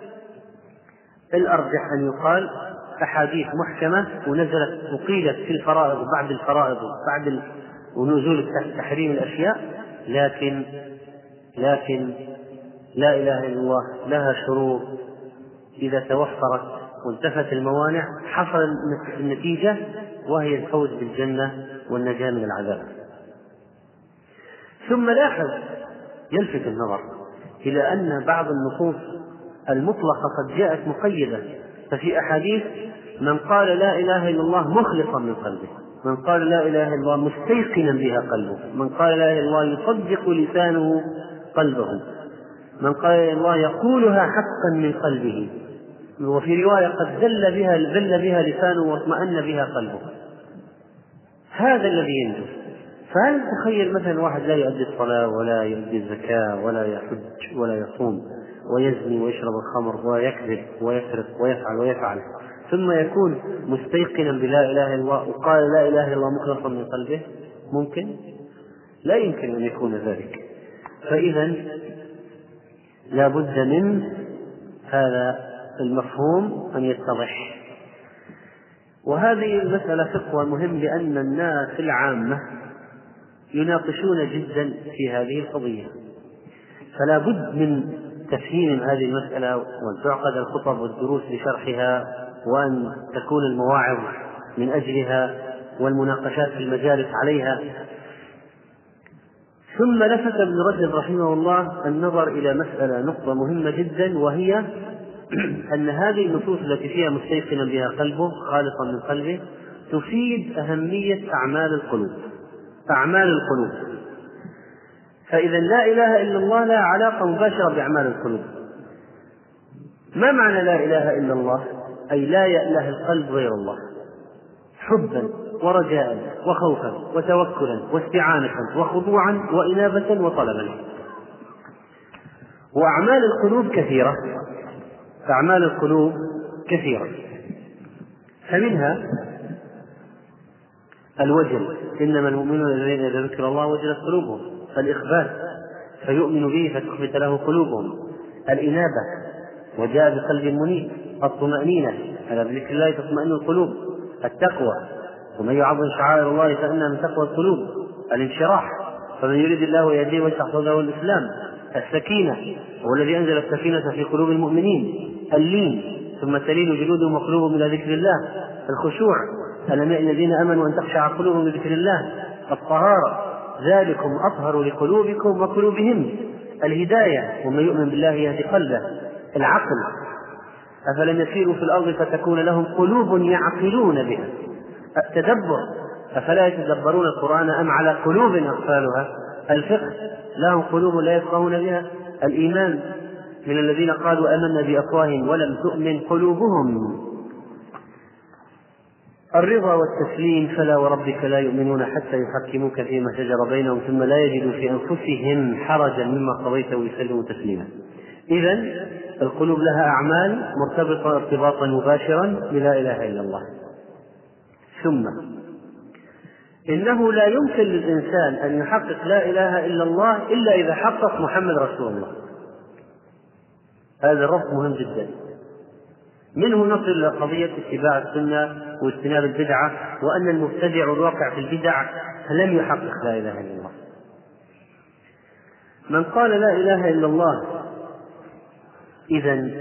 الأرجح أن يقال أحاديث محكمة ونزلت وقيلت في الفرائض وبعد الفرائض وبعد ونزول تحريم الأشياء، لكن لا إله إلا الله لها شروط إذا توفرت وانتفت الموانع حصل النتيجة، وهي الفوز بالجنة والنجاة من العذاب. ثم لاحظ يلفت النظر إلى أن بعض النصوص المطلقة قد جاءت مقيدة، ففي أحاديث من قال لا إله إلا الله مخلصا من قلبه، من قال لا إله إلا الله مستيقنا بها قلبه، من قال لا إله إلا الله يصدق لسانه قلبه، من قال لا إله إلا الله يقولها حقا من قلبه، وفي رواية قد ذل بها لسانه واطمأن بها قلبه. هذا الذي ينجو. فهل تخيل مثلا واحد لا يؤدي الصلاة ولا يؤدي الزكاة ولا يحج ولا يصوم ويزني ويشرب الخمر ويكذب ويسرق ويفعل ثم يكون مستيقنا بلا إله إلا الله وقال لا إله إلا الله مخلصا من قلبه؟ ممكن؟ لا يمكن أن يكون ذلك. فإذا لا بد من هذا المفهوم أن يتضح. وهذه المسألة فقه مهم، لأن الناس العامة يناقشون جدا في هذه القضية، فلا بد من تفهيم هذه المسألة، وأن تعقد الخطب والدروس لشرحها، وأن تكون المواعظ من أجلها والمناقشات في المجالس عليها. ثم لفت ابن رجب رحمه الله النظر إلى نقطة مهمة جدا، وهي أن هذه النصوص التي فيها مستيقنا بها قلبه خالصا من قلبه تفيد أهمية أعمال القلوب. فإذا لا إله إلا الله لها علاقة مباشرة بأعمال القلوب. ما معنى لا إله إلا الله؟ أي لا يأله القلب غير الله، حبا ورجاء وخوفا وتوكلا واستعانة وخضوعا وإنابة وطلبا. وأعمال القلوب كثيرة، فمنها الوجل، إنما المؤمنون الذين إذا ذكر الله وجلت قلوبهم، فالإخبات فيؤمن به فتخبت له قلوبهم، الإنابة وجاء بقلب منيب، الطمأنينة على ذكر الله تطمئن القلوب، التقوى ومن يعظم شعائر الله فإنها من تقوى القلوب، الانشراح فمن يريد الله يهديه ويشرح صدره الإسلام، السكينة هو الذي أنزل السكينة في قلوب المؤمنين، اللين ثم تلين جلودهم وقلوبهم إلى ذكر الله، الخشوع ألم يأن الذين آمنوا أن تخشع قلوبهم لذكر الله، الطهارة ذلكم أطهر لقلوبكم وقلوبهم، الهداية ومن يؤمن بالله يهدي قلبه، العقل أفلم يسيروا في الأرض فتكون لهم قلوب يعقلون بها، التدبر أفلا يتدبرون القرآن أم على قلوب أقفالها، الفقه لهم قلوب لا يفقهون بها، الإيمان من الذين قالوا آمنا بأفواههم ولم تؤمن قلوبهم، الرضا والتسليم فلا وربك لا يؤمنون حتى يحكموك فيما شجر بينهم ثم لا يجدوا في أنفسهم حرجا مما قضيت ويسلموا تسليما. إذن القلوب لها أعمال مرتبطة ارتباطا مباشرا بلا إله إلا الله. ثم إنه لا يمكن للإنسان أن يحقق لا إله إلا الله إلا إذا حقق محمد رسول الله. هذا الربط مهم جدا. منه نصل إلى قضية اتباع السنة واجتناب البدعة، وأن المبتدع والواقع في البدع لم يحقق لا إله إلا الله. من قال لا إله إلا الله إذن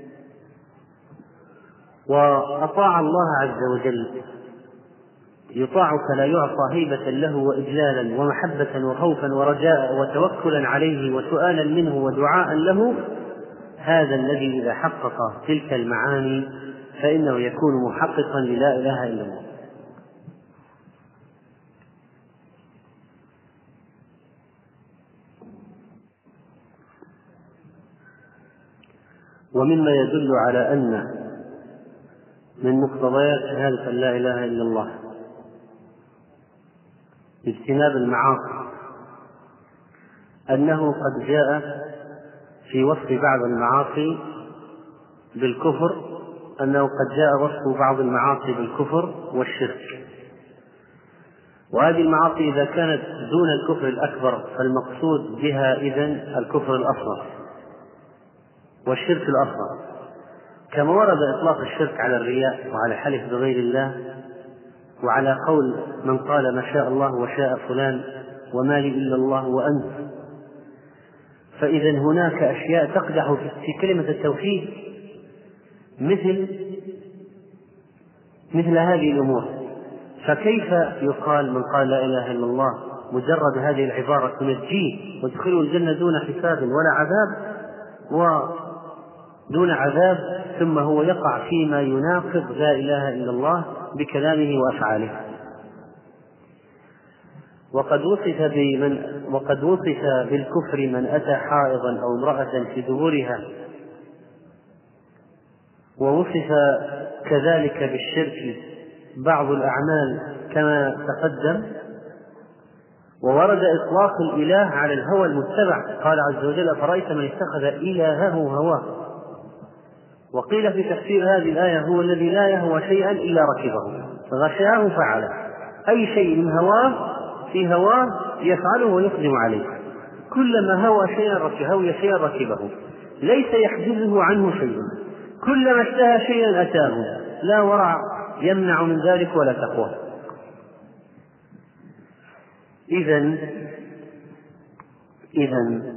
وأطاع الله عز وجل، يطاع فلا يعصى هيبة له وإجلالا ومحبة وخوفا ورجاء وتوكلا عليه وسؤالا منه ودعاء له، هذا الذي إذا حقق تلك المعاني فإنه يكون محققا للا إله إلا الله. ومما يدل على أن من مقتضيات شهادة أن لا إله إلا الله اجتناب المعاصي، أنه قد جاء في وصف بعض المعاصي بالكفر، أنه قد جاء وصف بعض المعاصي بالكفر والشرك. وهذه المعاصي إذا كانت دون الكفر الأكبر فالمقصود بها إذن الكفر الأصغر والشرك الأصغر، كما ورد إطلاق الشرك على الرياء وعلى حلف بغير الله وعلى قول من قال ما شاء الله وشاء فلان وما لي إلا الله وأنت. فإذا هناك أشياء تقدح في كلمة التوحيد مثل هذه الأمور. فكيف يقال من قال لا إله إلا الله مجرد هذه العبارة تنجيه وتدخله الجنة دون حساب ولا عذاب ودون عذاب، ثم هو يقع فيما يناقض لا إله إلا الله بكلامه وأفعاله. وقد وصف بالكفر من أتى حائضا أو امرأة في دبرها، ووصف كذلك بالشرك بعض الأعمال كما تقدم. وورد إطلاق الإله على الهوى المتبع، قال عز وجل أفرأيت من اتخذ إلهه هواه. وقيل في تفسير هذه الآية هو الذي لا يهوى شيئا إلا ركبه فغشاه فعله، أي شيء من هواه في هواه يفعله ويقدم عليه، كلما هوى شيئا ركبه، ليس يحجزه عنه شيء، كلما اشتهى شيئا أتاه، لا ورع يمنع من ذلك ولا تقوى. إذن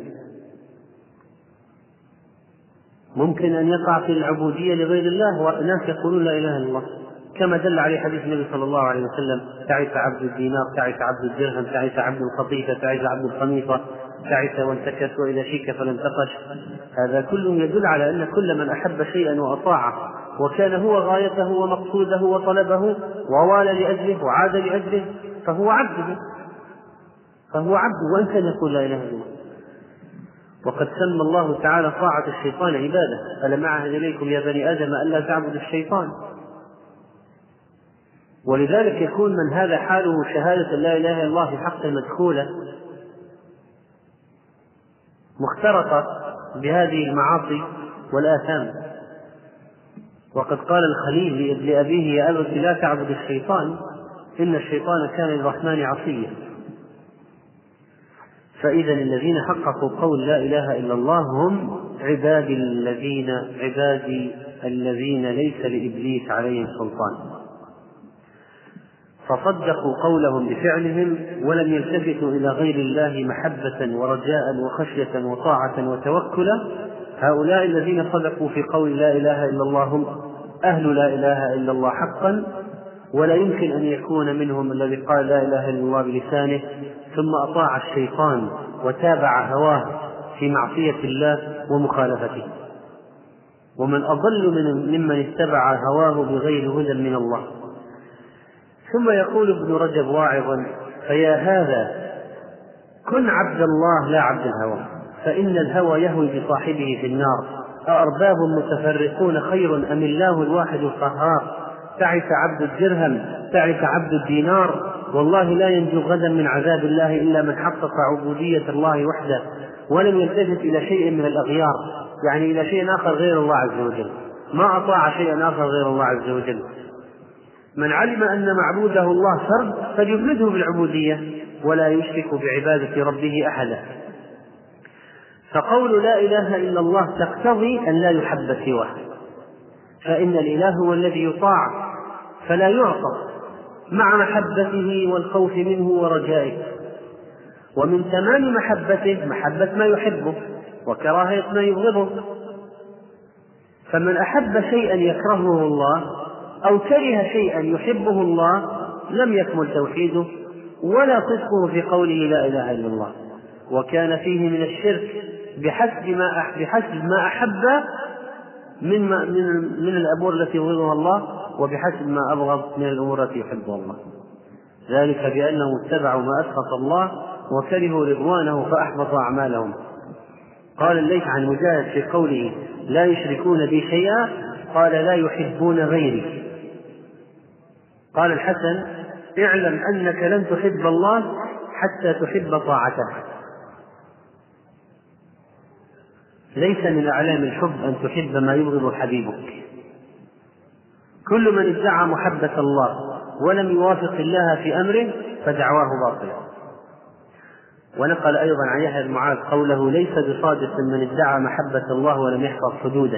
ممكن أن يقع في العبودية لغير الله وناس يقولون لا إله إلا الله، كما دل عليه حديث النبي صلى الله عليه وسلم: تعس عبد الدينار، تعس عبد الدرهم، تعس عبد القطيفة، تعس عبد الخميصة، تعس وانتكس وإذا شيك فلانتقش. هذا كله يدل على أن كل من أحب شيئا وأطاعه وكان هو غايته ومقصوده وطلبه ووالى لأجله وعاد لأجله فهو عبده وإن كان يقول لا إله إلا الله. وقد سمى الله تعالى طاعة الشيطان عبادة: ألم أعهد إليكم يا بني آدم ألا تعبدوا الشيطان. ولذلك يكون من هذا حاله شهادة لا إله إلا الله في حق المدخولة مخترقة بهذه المعاصي والآثام. وقد قال الخليل لأبيه: يا أبت لا تعبد الشيطان إن الشيطان كان للرحمن عصيا. فإذا الذين حققوا قول لا إله إلا الله هم عبادي الذين ليس لإبليس عليهم سلطان، فصدقوا قولهم بفعلهم ولم يلتفتوا إلى غير الله محبة ورجاء وخشية وطاعة وتوكلا. هؤلاء الذين صدقوا في قول لا إله إلا الله هم أهل لا إله إلا الله حقا، ولا يمكن أن يكون منهم الذي قال لا إله إلا الله بلسانه ثم أطاع الشيطان وتابع هواه في معصية الله ومخالفته. ومن أضل ممن اتبع هواه بغير هدى من الله. ثم يقول ابن رجب واعظا: فيا هذا كن عبد الله لا عبد الهوى، فإن الهوى يهوي بصاحبه في النار. أأرباب متفرقون خير أم الله الواحد القهار؟ تعس عبد الدرهم، تعس عبد الدينار، والله لا ينجو غدا من عذاب الله إلا من حقق عبودية الله وحده ولم يلتفت إلى شيء من الأغيار، يعني إلى شيء آخر غير الله عز وجل، ما أطاع شيئا آخر غير الله عز وجل. من علم أن معبوده الله فرد فليفرده بالعبودية ولا يشرك بعبادة ربه أحدا. فقول لا إله إلا الله تقتضي أن لا يحب سواه. فإن الإله هو الذي يطاع فلا يعصى مع محبته والخوف منه ورجائه. ومن تمام محبته محبة ما يحبه وكراهية ما يبغضه. فمن أحب شيئا يكرهه الله أو كره شيئا يحبه الله لم يكمل توحيده ولا صدقه في قوله لا إله إلا الله، وكان فيه من الشرك بحسب ما أحب من الأمور التي يبغضها الله، وبحسب ما أبغض من الأمور التي يحبها الله. ذلك بأنهم اتبعوا ما أسخط الله وكرهوا رضوانه فأحبط أعمالهم. قال الليث عن مجاهد في قوله لا يشركون بي شيئا قال لا يحبون غيري. قال الحسن اعلم أنك لن تحب الله حتى تحب طاعته. ليس من أعلام الحب أن تحب ما يبغض حبيبك. كل من ادعى محبة الله ولم يوافق الله في أمره فدعواه باطلة. ونقل أيضا عن يحيى بن معاذ قوله ليس بصادق من ادعى محبة الله ولم يحفظ حدوده.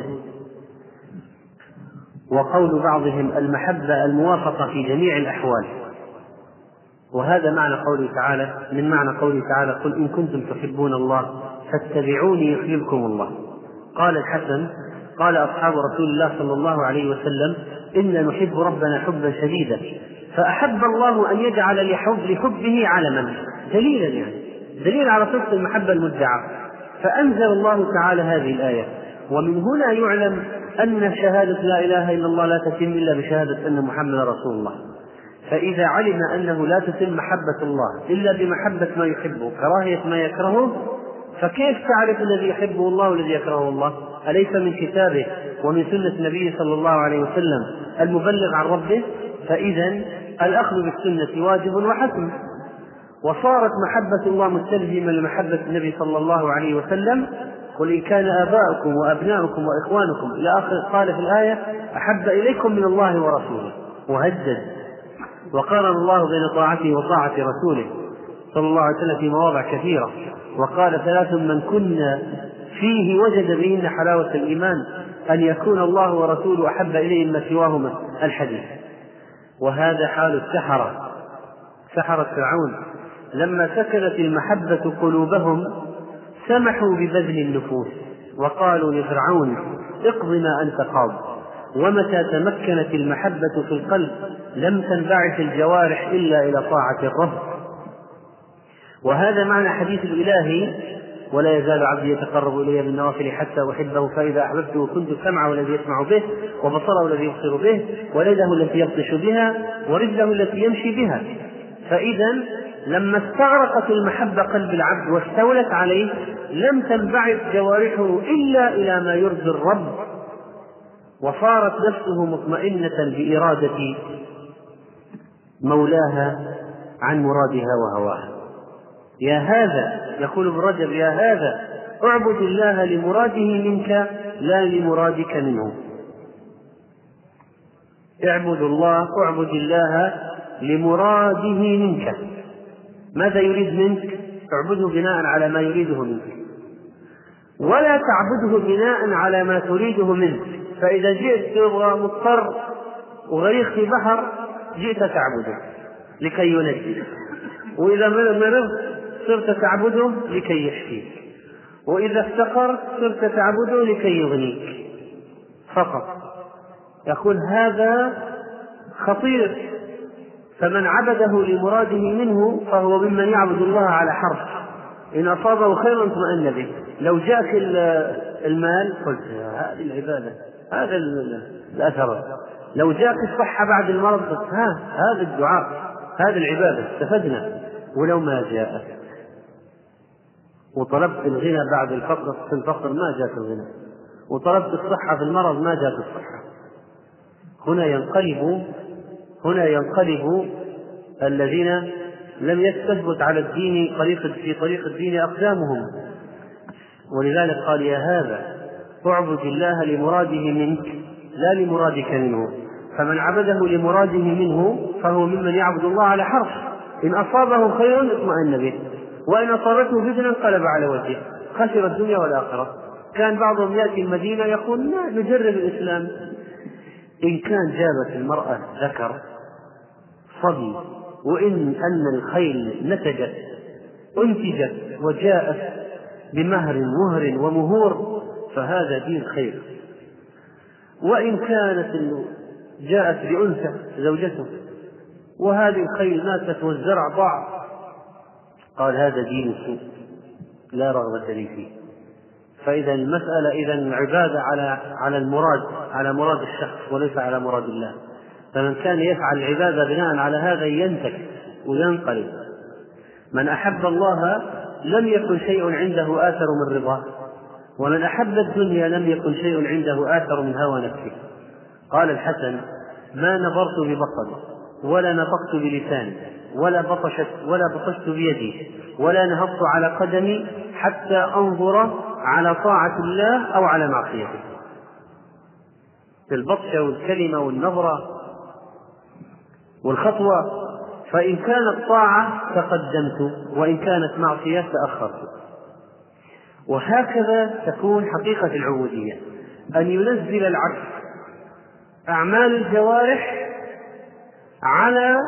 وقول بعضهم المحبة الموافقة في جميع الأحوال، وهذا معنى قوله تعالى من معنى قوله تعالى قل إن كنتم تحبون الله فاتبعوني يحببكم الله. قال الحسن قال أصحاب رسول الله صلى الله عليه وسلم إنا نحب ربنا حبا شديدا، فأحب الله أن يجعل لحبه علما دليلا، يعني دليل على صدق المحبة المدعى، فأنزل الله تعالى هذه الآية. ومن هنا يعلم أن شهادة لا إله إلا الله لا تتم إلا بشهادة أن محمد رسول الله. فإذا علم أنه لا تتم محبة الله إلا بمحبة ما يحبه كراهية ما يكرهه، فكيف تعرف الذي يحبه الله والذي يكرهه الله؟ أليس من كتابه ومن سنة النبي صلى الله عليه وسلم المبلغ عن ربه؟ فإذا الأخذ بالسنة واجب وحتم. وصارت محبة الله مستلزمة لمحبة النبي صلى الله عليه وسلم. قل إن كان آباؤكم وأبناؤكم وإخوانكم إلى آخر قال في الآية أحب إليكم من الله ورسوله، وهدد وقارن الله بين طاعته وطاعة رسوله صلى الله عليه وسلم في مواضع كثيرة، وقال ثلاث من كنا فيه وجد بهن حلاوة الإيمان أن يكون الله ورسوله أحب إليه ما سواهما الحديث. وهذا حال سحرة فرعون لما سكنت المحبة قلوبهم سمحوا ببذل النفوس وقالوا لفرعون اقض ما أنت قاض. ومتى تمكنت المحبة في القلب لم تنبعث الجوارح إلا إلى طاعة الرب. وهذا معنى حديث الإلهي ولا يزال عبدي يتقرب إلي بالنوافل حتى أحبه فإذا أحببته كنت سمعه الذي يسمع به وبصره الذي يبصر به ويده التي يبطش بها ورجله التي يمشي بها. فإذا لما استغرقت المحبة قلب العبد واستولت عليه لم تنبعث جوارحه إلا إلى ما يرضي الرب، وصارت نفسه مطمئنة بإرادة مولاها عن مرادها وهواها. يا هذا يقول ابن رجب يا هذا اعبد الله لمراده منك لا لمرادك منه. اعبد الله لمراده منك. ماذا يريد منك؟ اعبده بناء على ما يريده منك، ولا تعبده بناء على ما تريده منك. فإذا جئت تبغى مضطر وغريق في بحر جئت تعبده لكي ينجيك، وإذا مرضت صرت تعبده لكي يشفيك، وإذا افتقرت صرت تعبده لكي يغنيك فقط. يقول هذا خطير. فمن عبده لمراده منه فهو ممن يعبد الله على حرف، إن أصابه خير اطمأن به. لو جاءك المال قلت هذه العبادة هذا الأثر، لو جاءك الصحة بعد المرض قلت هذا الدعاء هذا العبادة استفدنا. ولو ما جاءك وطلبت الغنى بعد الفقر في الفقر ما جاءك الغنى، وطلبت الصحة في المرض ما جاءك الصحة. هنا ينقلب الذين لم يثبت على الدين في طريق الدين أقدامهم. ولذلك قال يا هذا اعبد الله لمراده منك لا لمرادك منه. فمن عبده لمراده منه فهو ممن يعبد الله على حرف، إن أصابه خير اطمأن به وإن أصابته فتنة انقلب على وجهه خسر الدنيا والآخرة. كان بعضهم يأتي المدينة يقول نجرب الإسلام، إن كان جابت المرأة ذكر صبي، وإن الخيل أنتجت وجاءت بمهر مهر ومهور، فهذا دين خير. وإن كانت جاءت بأنثى زوجته وهذه الخيل ماتت والزرع ضاع، قال هذا دين سوء لا رغبة لي فيه. فإذا المسألة العبادة على مراد الشخص وليس على مراد الله. فمن كان يفعل العبادة بناء على هذا ينتكس وينقلب. من أحب الله لم يكن شيء عنده آثر من رضاه، ومن أحب الدنيا لم يكن شيء عنده آثر من هوى نفسه. قال الحسن: ما نظرت ببصري ولا نطقت بلساني ولا بطشت بيدي ولا نهضت على قدمي حتى أنظر على طاعة الله أو على معصيته. البطشة والكلمة والنظرة والخطوة، فإن كانت طاعة تقدمت وإن كانت معصية تأخرت. وهكذا تكون حقيقة العبودية، أن ينزل العبد أعمال الجوارح على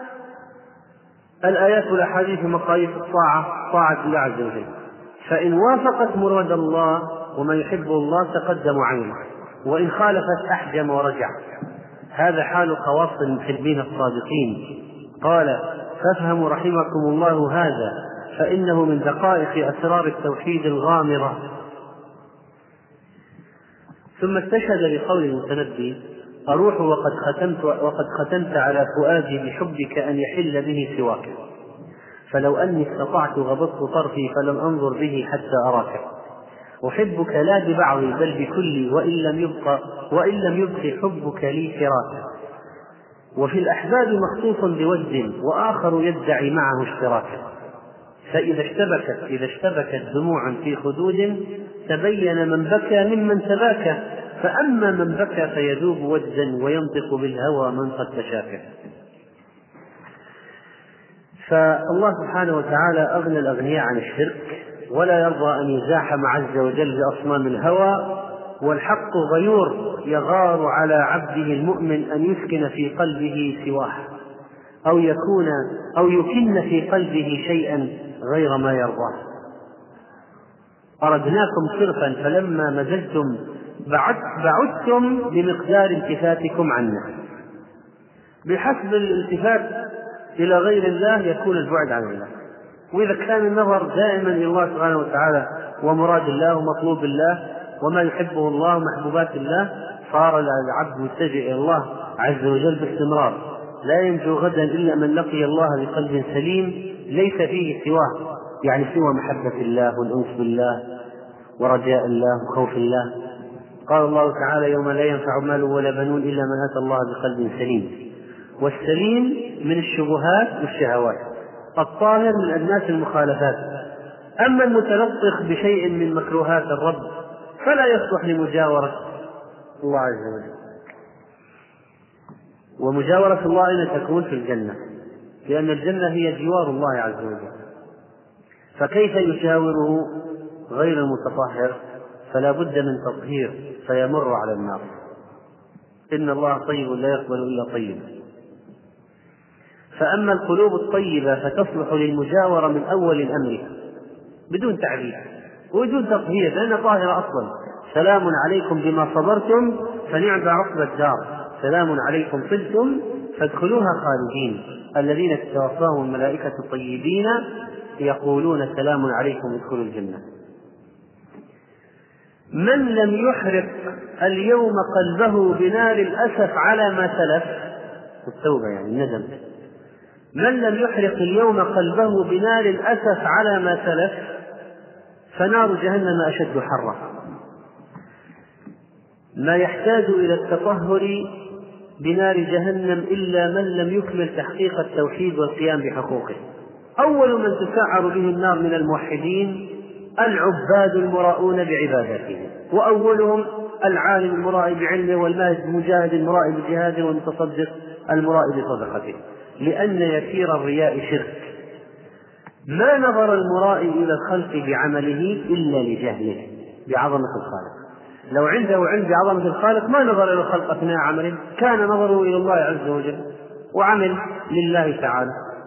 الآيات والأحاديث ومقاييس طاعة الله عز وجل. فإن وافقت مراد الله وما يحبه الله تقدم عينه، وإن خالفت أحجم ورجع. هذا حال خواص المحبين الصادقين. قال: فافهموا رحمكم الله هذا، فإنه من دقائق أسرار التوحيد الغامرة. ثم استشهد بقول المتنبي: أروح وقد ختمت على فؤادي بحبك أن يحل به سواك، فلو أني استطعت غضضت طرفي فلم أنظر به حتى أراك. أحبك لا ببعضي بل بكلي، وإن لم يبق حبك لي فراك. وفي الأحباب مخصوص بود وآخر يدعي معه اشتراكا. فإذا اشتبكت دموع في خدود تبين من بكى ممن تباكى، فأما من بكى فيذوب وجدا وينطق بالهوى من قد تشاكى. فالله سبحانه وتعالى أغنى الأغنياء عن الشرك، ولا يرضى أن يزاحم عز وجل بأصنام الهوى. والحق غيور يغار على عبده المؤمن أن يسكن في قلبه سواه، أو يكن في قلبه شيئا غير ما يرضاه. أردناكم صرفا فلما مزجتم بعدتم بمقدار التفاتكم عنا. بحسب الالتفات إلى غير الله يكون البعد عن الله. وإذا كان النظر دائما إلى الله سبحانه وتعالى ومراد الله ومطلوب الله وما يحبه الله ومحبوبات الله، صار العبد متجه إلى الله عز وجل باستمرار. لا ينجو غدا إلا من لقي الله بقلب سليم ليس فيه سواه، يعني سوى محبة الله والأنس بالله ورجاء الله وخوف الله. قال الله تعالى: يوم لا ينفع مال ولا بنون إلا من أتى الله بقلب سليم. والسليم من الشبهات والشهوات، الطاهر من أدناس المخالفات. أما المتلطخ بشيء من مكروهات الرب فلا يصلح لمجاورة الله عز وجل. ومجاورة الله أين تكون؟ في الجنة، لأن الجنة هي جوار الله عز وجل. فكيف يجاوره غير المتطهر؟ فلا بد من تطهير فيمر على النار. إن الله طيب لا يقبل إلا طيب. فأما القلوب الطيبة فتصلح للمجاورة من أول الأمر بدون تعذيب وبدون تطهير، لأنها طاهرة أصلا. سلام عليكم بما صبرتم فنعم عقبى الدار، سلام عليكم طبتم فادخلوها خالدين. الذين تتوفاهم الملائكة الطيبين يقولون سلام عليكم ادخلوا الجنة. من لم يحرق اليوم قلبه بنار الأسف على ما سلف، التوبة يعني الندم، من لم يحرق اليوم قلبه بنار الأسف على ما سلف فنار جهنم أشد حرا. ما يحتاج إلى التطهر بنار جهنم إلا من لم يكمل تحقيق التوحيد والقيام بحقوقه. أول من تسعر به النار من الموحدين العباد المراؤون بعباداتهم، وأولهم العالم المرائي بعلمه، والمجاهد المرائي بجهاده، والمتصدق المرائي بصدقته، لأن يسير الرياء شرك. ما نظر المرائي إلى الخلق بعمله إلا لجهله بعظمة الخالق، لو عنده علم بعظمة الخالق ما نظر إلى الخلق أثناء عمله، كان نظره إلى الله عز وجل وعمل لله تعالى.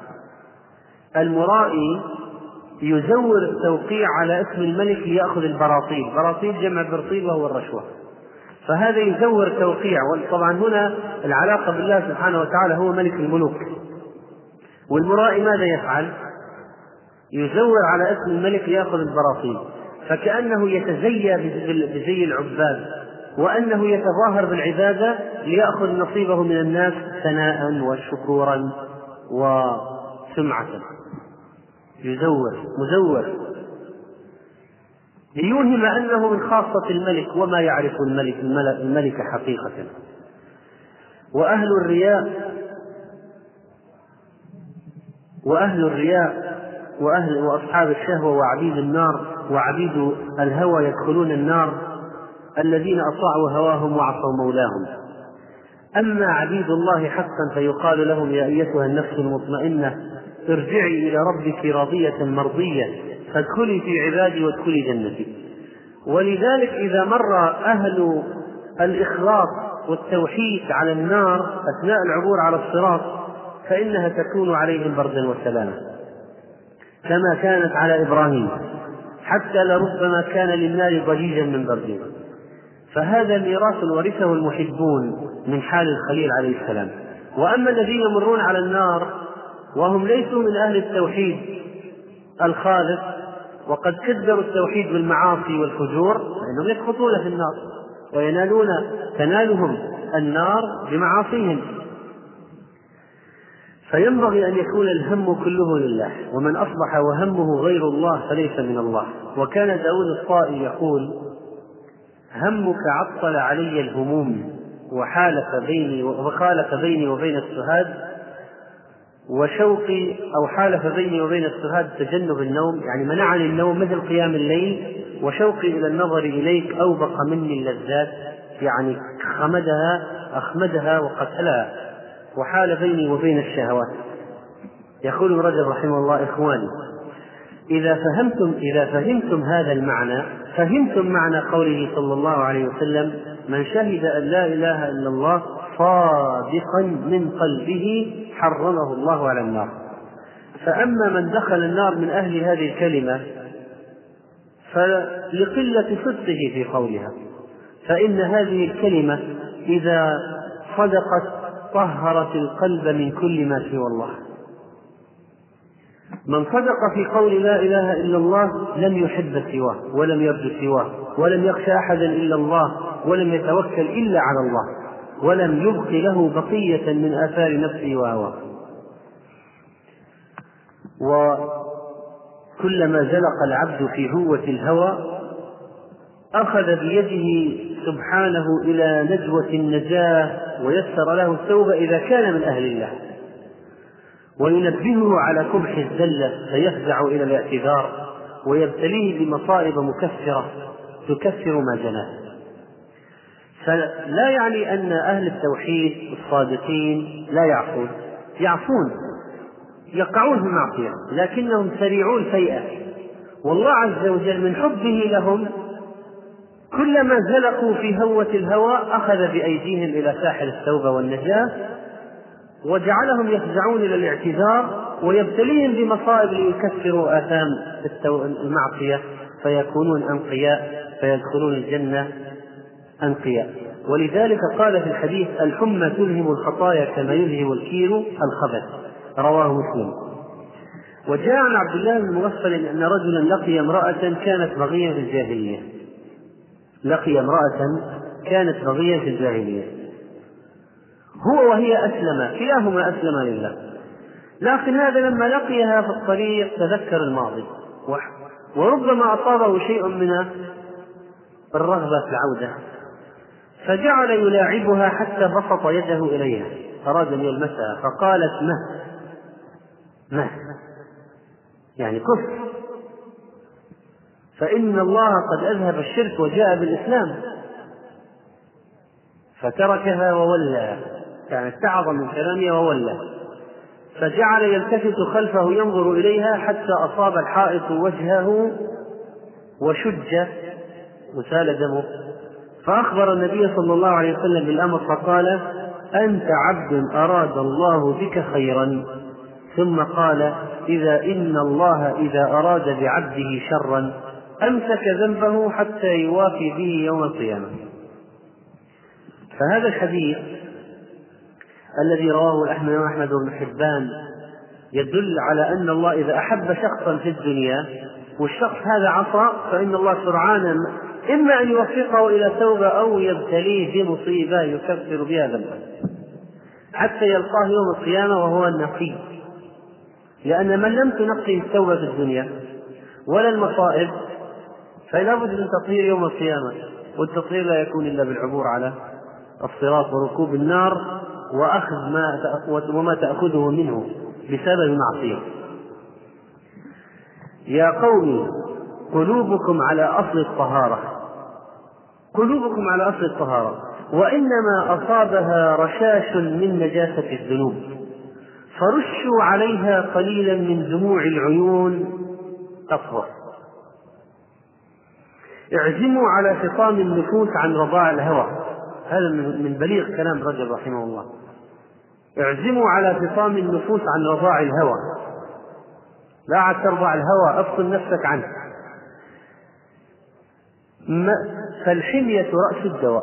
المرائي يزور التوقيع على اسم الملك ليأخذ البراطيل، براطيل جمع برطيل وهو الرشوة، فهذا يزور توقيع. وطبعا هنا العلاقة بالله سبحانه وتعالى، هو ملك الملوك. والمرائي ماذا يفعل؟ يزور على اسم الملك ليأخذ البراطيل، فكأنه يتزيى بزي العباد، وأنه يتظاهر بالعبادة ليأخذ نصيبه من الناس ثناء وشكورا وسمعة. مزور ليوهم أنه من خاصة الملك وما يعرف الملك حقيقة. وأهل الرياء وأصحاب الشهوة وعبيد النار وعبيد الهوى يدخلون النار، الذين أطاعوا هواهم وعصوا مولاهم. أما عبيد الله حقا فيقال لهم: يا أيتها النفس المطمئنة ارجعي إلى ربك راضية مرضية فادخلي في عبادي وادخلي جنتي. ولذلك إذا مر أهل الإخلاص والتوحيد على النار أثناء العبور على الصراط فإنها تكون عليهم بردا وسلاما، كما كانت على إبراهيم، حتى لربما كان للنار ضجيجا من برد. فهذا ميراث ورثه المحبون من حال الخليل عليه السلام. وأما الذين يمرون على النار وهم ليسوا من أهل التوحيد الخالص وقد كدروا التوحيد بالمعاصي والفجور، فإنهم يسقطون في النار تنالهم النار بمعاصيهم. فينبغي أن يكون الهم كله لله، ومن أصبح وهمه غير الله فليس من الله. وكان داود الطائي يقول: همك عطل علي الهموم وخالف بيني وبين السهاد، وشوقي أو حالف بيني وبين السهاد تجنب النوم، يعني منعني النوم مثل قيام الليل، وشوقي إلى النظر إليك أوبق مني اللذات، يعني أخمدها وقتلها، وحال بيني وبين الشهوات. يقول رجل رحمه الله: إخواني، إذا فهمتم هذا المعنى فهمتم معنى قوله صلى الله عليه وسلم: من شهد أن لا إله إلا الله صادقا من قلبه حرمه الله على النار. فأما من دخل النار من أهل هذه الكلمة فلقلة صدقه في قولها، فإن هذه الكلمة إذا صدقت طهرت القلب من كل ما سوى الله. من صدق في قول لا إله إلا الله لم يحب سواه ولم يرجو سواه ولم يخشى أحدا إلا الله ولم يتوكل إلا على الله ولم يبق له بقية من آثار نفسه وهواه. وكلما زلق العبد في هوة الهوى أخذ بيده سبحانه إلى نجوة النجاة ويسر له التوبة إذا كان من أهل الله، وينبهه على قبح الزلة فيفزع إلى الاعتذار، ويبتليه بمصائب مكفرة تكفر ما جناه. فلا يعني أن أهل التوحيد الصادقين لا يعصون، يقعون في المعصية لكنهم سريعون الفيئة، والله عز وجل من حبه لهم كلما زلقوا في هوة الهوى أخذ بأيديهم إلى ساحل التوبة والنجاة وجعلهم يفزعون إلى الاعتذار، ويبتليهم بمصائب ليكفروا آثام المعصية فيكونون أنقياء فيدخلون الجنة أنقياء. ولذلك قال في الحديث: الحمى تلهم الخطايا كما يلهم الكير الخبث، رواه مسلم. وجاء عن عبد الله بن مغفل أن رجلا لقي امرأة كانت بغيا في الجاهلية، هو وهي أسلم، كلاهما أسلم لله، لكن هذا لما لقيها في الطريق تذكر الماضي وربما أصابه شيء من الرغبة في العودة، فجعل يلاعبها حتى بسط يده إليها، أراد أن يلمسها، فقالت: مه يعني كفر، فإن الله قد أذهب الشرك وجاء بالإسلام، فتركها وولى، يعني اتعظ من كلامها وولى، فجعل يلتفت خلفه ينظر إليها حتى أصاب الحائط وجهه وشج وسال دمه، فأخبر النبي صلى الله عليه وسلم بالأمر فقال: أنت عبد أراد الله بك خيرا. ثم قال: إن الله إذا أراد بعبده شرا أمسك ذنبه حتى يوافي به يوم القيامة. فهذا الحديث الذي رواه أحمد بن حبان يدل على أن الله إذا أحب شخصا في الدنيا والشخص هذا عصى فإن الله سرعان إما أن يوفقه إلى توبة أو يبتليه بمصيبة يكفر بها ذنبه حتى يلقاه يوم القيامة وهو النقي. لأن من لم تنقي التوبة في الدنيا ولا المصائب فلا بد من تطهير يوم القيامة، والتطهير لا يكون إلا بالعبور على الصراط وركوب النار وأخذ وما تأخذه منه بسبب المعصية. يا قوم قلوبكم على أصل الطهارة وإنما أصابها رشاش من نجاسة الذنوب فرشوا عليها قليلا من دموع العيون تطهر. اعزموا على فطام النفوس عن رضاع الهوى. هذا من بليغ كلام رجب رحمه الله. اعزموا على فطام النفوس عن رضاع الهوى، لا عاد ترضع الهوى، افصل نفسك عنه. فالحمية رأس الدواء.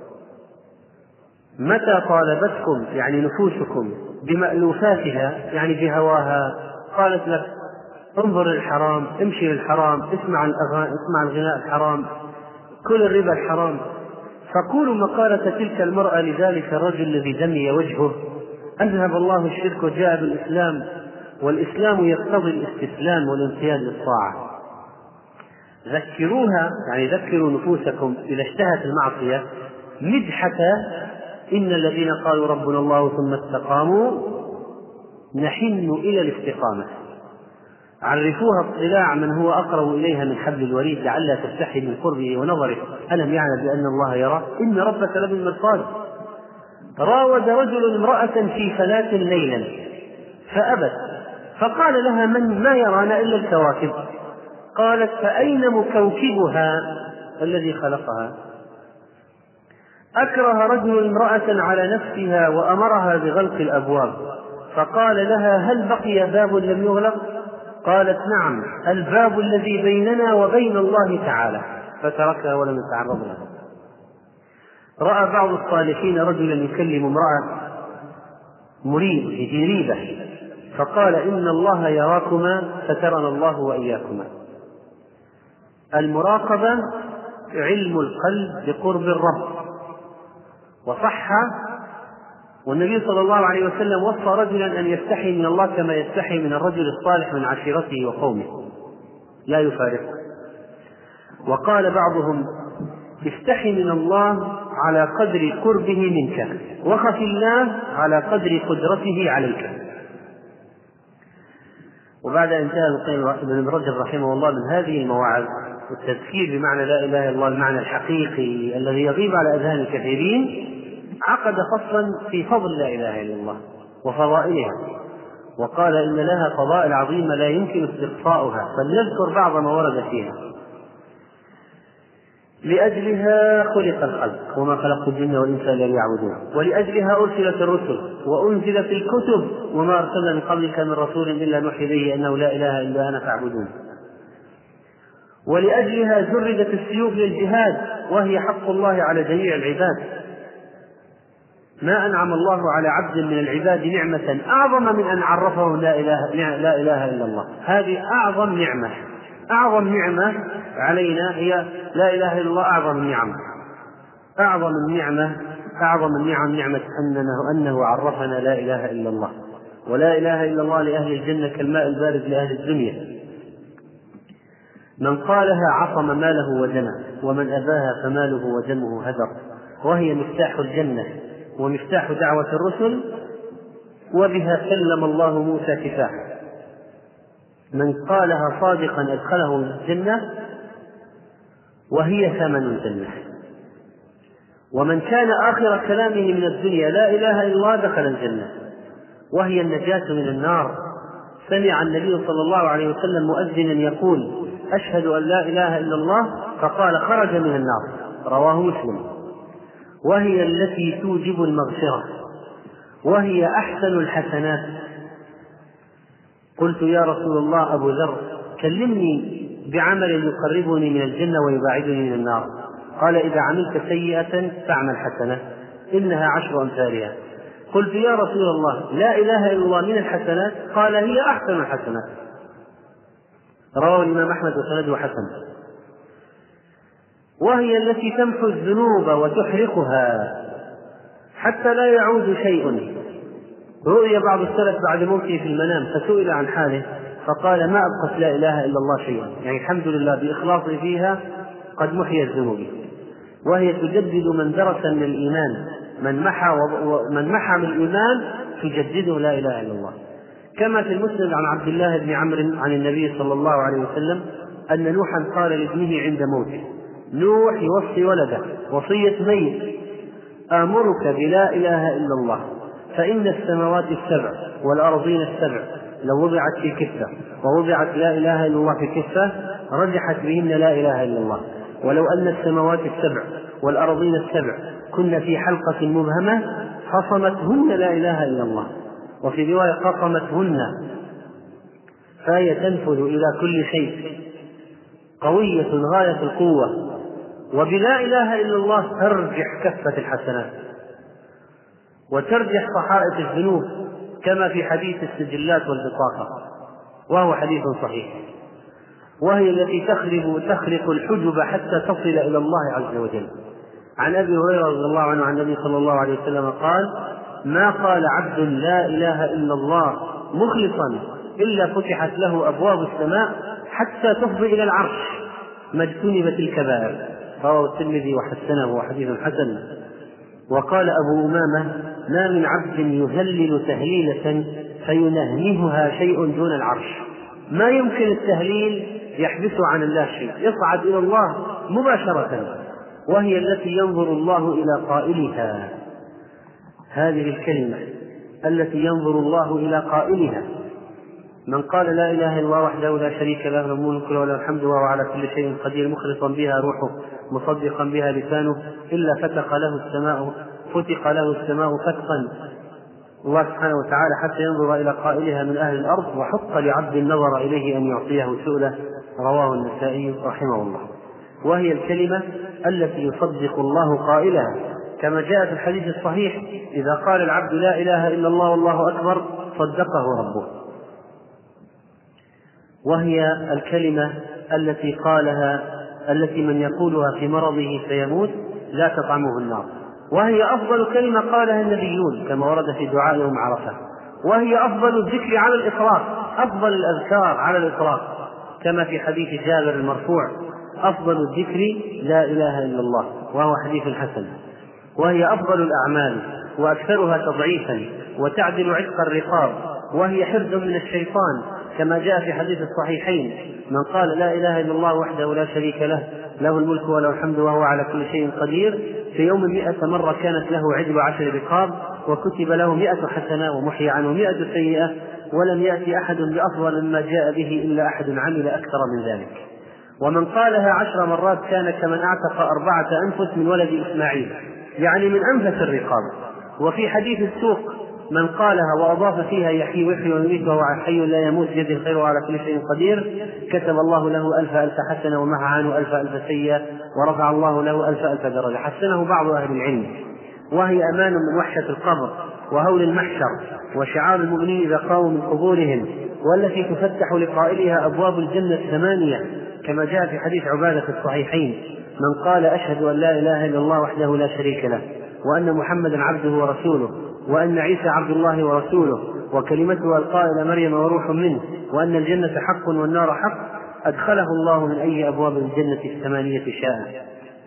متى طالبتكم يعني نفوسكم بمألوفاتها يعني بهواها قالت لك انظر للحرام، امشي للحرام، اسمع الغناء الحرام، كل الربا الحرام، فقولوا مقالة تلك المرأة لذلك الرجل الذي دمي وجهه: أذهب الله الشرك وجاء بالإسلام، والإسلام يقتضي الاستسلام والانقياد للطاعة. ذكروها يعني ذكروا نفوسكم إذا اشتهت المعصية مدحة إن الذين قالوا ربنا الله ثم استقاموا نحن إلى الاستقامة. عرفوها اطلاع من هو أقرب إليها من حبل الوريد لعلها تستحي من قربه ونظره، ألم يعلم بأن الله يرى إن ربك لبالمرصاد. راود رجل امرأة في فلاة ليلا فأبت، فقال لها: ما يرانا إلا الكواكب. قالت: فأين مكوكبها الذي خلقها؟ أكره رجل امرأة على نفسها وأمرها بغلق الأبواب، فقال لها: هل بقي باب لم يغلق؟ قالت: نعم، الباب الذي بيننا وبين الله تعالى، فتركها ولم يتعرض لها. رأى بعض الصالحين رجلا يكلم امرأة مريب في ريبة فقال: إن الله يراكما سترنا الله وإياكما. المراقبة علم القلب بقرب الرب، وصح والنبي صلى الله عليه وسلم وصى رجلا أن يستحي من الله كما يستحي من الرجل الصالح من عشيرته وقومه لا يفارقه. وقال بعضهم: استحي من الله على قدر قربه منك، وخف الله على قدر قدرته عليك. وبعد أن انتهى ابن رجب رحمه الله من هذه المواعظ والتذكير بمعنى لا إله إلا الله المعنى الحقيقي الذي يغيب على أذهان الكثيرين، عقد فصلا في فضل لا إله إلا الله وفضائلها، وقال: إن لها فضائل عظيمة لا يمكن استقصاؤها، فلنذكر بعض ما ورد فيها. لأجلها خلق الخلق وما خلقت الجن والإنس إلا ليعبدون، ولأجلها أرسلت الرسل وأنزلت الكتب، وما أرسلنا من قبلك من رسول إلا نوحي إليه أنه لا إله إلا أنا فاعبدون. ولأجلها جردت السيوف للجهاد، وهي حق الله على جميع العباد. ما أنعم الله على عبد من العباد نعمة أعظم من أن عرفه لا إله إلا الله. هذه أعظم نعمة علينا هي لا إله إلا الله. أعظم النعم نعمة أنه عرفنا لا إله إلا الله. ولا إله إلا الله لأهل الجنة كالماء البارد لأهل الدنيا. من قالها عصم ماله ودمه، ومن أباها فماله ودمه هدر، وهي مفتاح الجنة ومفتاح دعوة الرسل، وبها كلم الله موسى كفاحا. من قالها صادقا أدخله الجنة، وهي ثمن الجنة. ومن كان آخر كلامه من الدنيا لا إله إلا الله دخل الجنة، وهي النجاة من النار. سمع النبي صلى الله عليه وسلم مؤذنا يقول: أشهد أن لا إله إلا الله، فقال: خرج من النار. رواه مسلم. وهي التي توجب المغفرة، وهي أحسن الحسنات. قلت يا رسول الله أبو ذر كلمني بعمل يقربني من الجنة ويباعدني من النار. قال إذا عملت سيئة فاعمل حسنة إنها 10 أمثالها. قلت يا رسول الله لا إله إلا الله من الحسنات؟ قال هي أحسن الحسنات. رواه الإمام أحمد وسنده حسن. وهي التي تمحو الذنوب وتحرقها حتى لا يعود شيء. رؤي بعض السلف بعد موته في المنام فسئل عن حاله فقال ما أبقت لا إله إلا الله شيئا، يعني الحمد لله بإخلاصه فيها قد محي الذنوب. وهي تجدد من درس من الإيمان، من محى من الإيمان تجدده لا إله إلا الله. كما في المسند عن عبد الله بن عمرو عن النبي صلى الله عليه وسلم أن نوحا قال لابنه عند موته، نوح يوصي ولده وصية ميت: آمرك بلا إله إلا الله، فإن السماوات السبع والأرضين السبع لو وضعت في كفة ووضعت لا إله إلا الله في كفة رجحت بهن لا إله إلا الله، ولو أن السماوات السبع والأرضين السبع كن في حلقة مبهمة خصمتهن لا إله إلا الله، وفي رواية قصمتهن. فهي تنفذ إلى كل شيء، قوية غاية القوة. وبلا إله إلا الله ترجح كفة الحسنات وترجح صحائف الذنوب، كما في حديث السجلات والبطاقة، وهو حديث صحيح. وهي التي تخرق الحجب حتى تصل إلى الله عز وجل. عن أبي هريرة رضي الله عنه عن النبي صلى الله عليه وسلم قال: ما قال عبد لا إله إلا الله مخلصا إلا فتحت له أبواب السماء حتى تفضي إلى العرش ما اجتنبت الكبائر. رواه الترمذي وحسنه وحديث حسن. وقال أبو أمامة: ما من عبد يهلل تهليلة فينهنهها شيء دون العرش، ما يمكن التهليل يحدث عن الله شيء، يصعد إلى الله مباشرة. وهي التي ينظر الله إلى قائلها، هذه الكلمة التي ينظر الله إلى قائلها. من قال لا إله إلا الله وحده لا شريك له له الملك وله الحمد وهو على كل شيء قدير مخلصا بها روحه مصدقا بها لسانه إلا فتق له السماء فتقا الله سبحانه وتعالى حتى ينظر إلى قائلها من أهل الأرض، وحق لعبد النظر إليه أن يعطيه سؤله. رواه النسائي رحمه الله. وهي الكلمة التي يصدق الله قائلها، كما جاء في الحديث الصحيح: إذا قال العبد لا إله إلا الله والله أكبر صدقه ربه. وهي الكلمة التي من يقولها في مرضه فيموت لا تطعمه النار. وهي أفضل كلمة قالها النبيون كما ورد في دعاء يوم عرفة. وهي أفضل الذكر على الإطلاق، أفضل الأذكار على الإطلاق، كما في حديث جابر المرفوع: أفضل الذكر لا إله إلا الله، وهو حديث حسن. وهي أفضل الأعمال وأكثرها تضعيفا وتعدل عتق الرقاب. وهي حفظ من الشيطان، كما جاء في حديث الصحيحين: من قال لا إله إلا الله وحده لا شريك له له الملك وله الحمد وهو على كل شيء قدير في يوم 100 مرة كانت له عدل 10 رقاب، وكتب له 100 حسنة ومحي عنه 100 سيئة، ولم يأتي أحد بأفضل مما جاء به إلا أحد عمل أكثر من ذلك. ومن قالها 10 مرات كان كمن أعتق 4 أنفس من ولد إسماعيل، يعني من أنفس الرقاب. وفي حديث السوق: من قالها وأضاف فيها يحيي ويحيي ويميت وهو حي لا يموت بيده الخير وعلى كل شيء قدير كتب الله له 1000 حسنة ومحى عنه 1000 سيئة ورفع الله له 1000 درجة. حسنه بعض أهل العلم. وهي أمان من وحشة القبر وهول المحشر، وشعار المؤمنين إذا قاموا من قبورهم، والتي تفتح لقائلها أبواب الجنة 8 كما جاء في حديث عبادة في الصحيحين: من قال أشهد أن لا إله إلا الله وحده لا شريك له وأن محمدا عبده ورسوله وأن عيسى عبد الله ورسوله وكلمته ألقاها إلى مريم وروح منه وأن الجنة حق والنار حق أدخله الله من أي أبواب الجنة 8 شاء.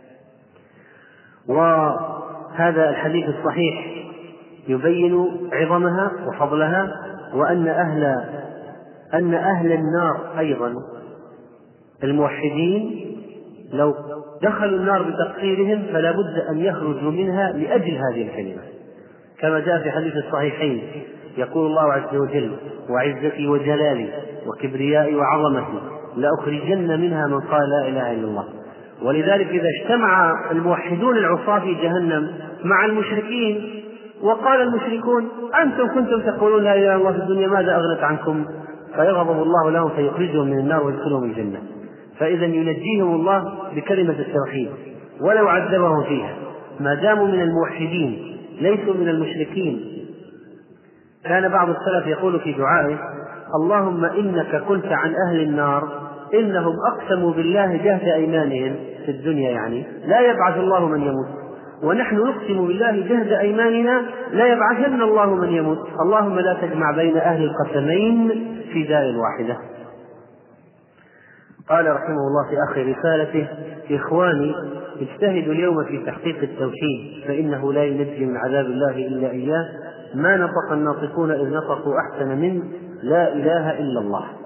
وهذا الحديث الصحيح يبين عظمها وفضلها، وأن أهل النار أيضا الموحدين لو دخلوا النار بتقصيرهم فلا بد أن يخرجوا منها لأجل هذه الكلمة، كما جاء في حديث الصحيحين: يقول الله عز وجل: وعزتي وجلالي وكبريائي وعظمتي لأخرجن منها من قال لا إله إلا الله. ولذلك إذا اجتمع الموحدون العصاة في جهنم مع المشركين وقال المشركون أنتم كنتم تقولون لا إله إلا الله في الدنيا ماذا أغنت عنكم، فيغضب الله لهم فيخرجهم من النار ويدخلهم الجنة. فإذا ينجيهم الله بكلمة التوحيد ولو عذبهم فيها ما داموا من الموحدين ليسوا من المشركين. كان بعض السلف يقول في دعائه اللهم إنك قلت عن أهل النار إنهم أقسموا بالله جهد أيمانهم في الدنيا، يعني لا يبعث الله من يموت، ونحن نقسم بالله جهد أيماننا لا يبعثن الله من يموت، اللهم لا تجمع بين أهل القسمين في دار واحدة. قال رحمه الله في آخر رسالته إخواني اجتهدوا اليوم في تحقيق التوحيد فإنه لا ينجي من عذاب الله إلا إياه، ما نطق الناطقون إذ نطقوا أحسن من لا إله إلا الله.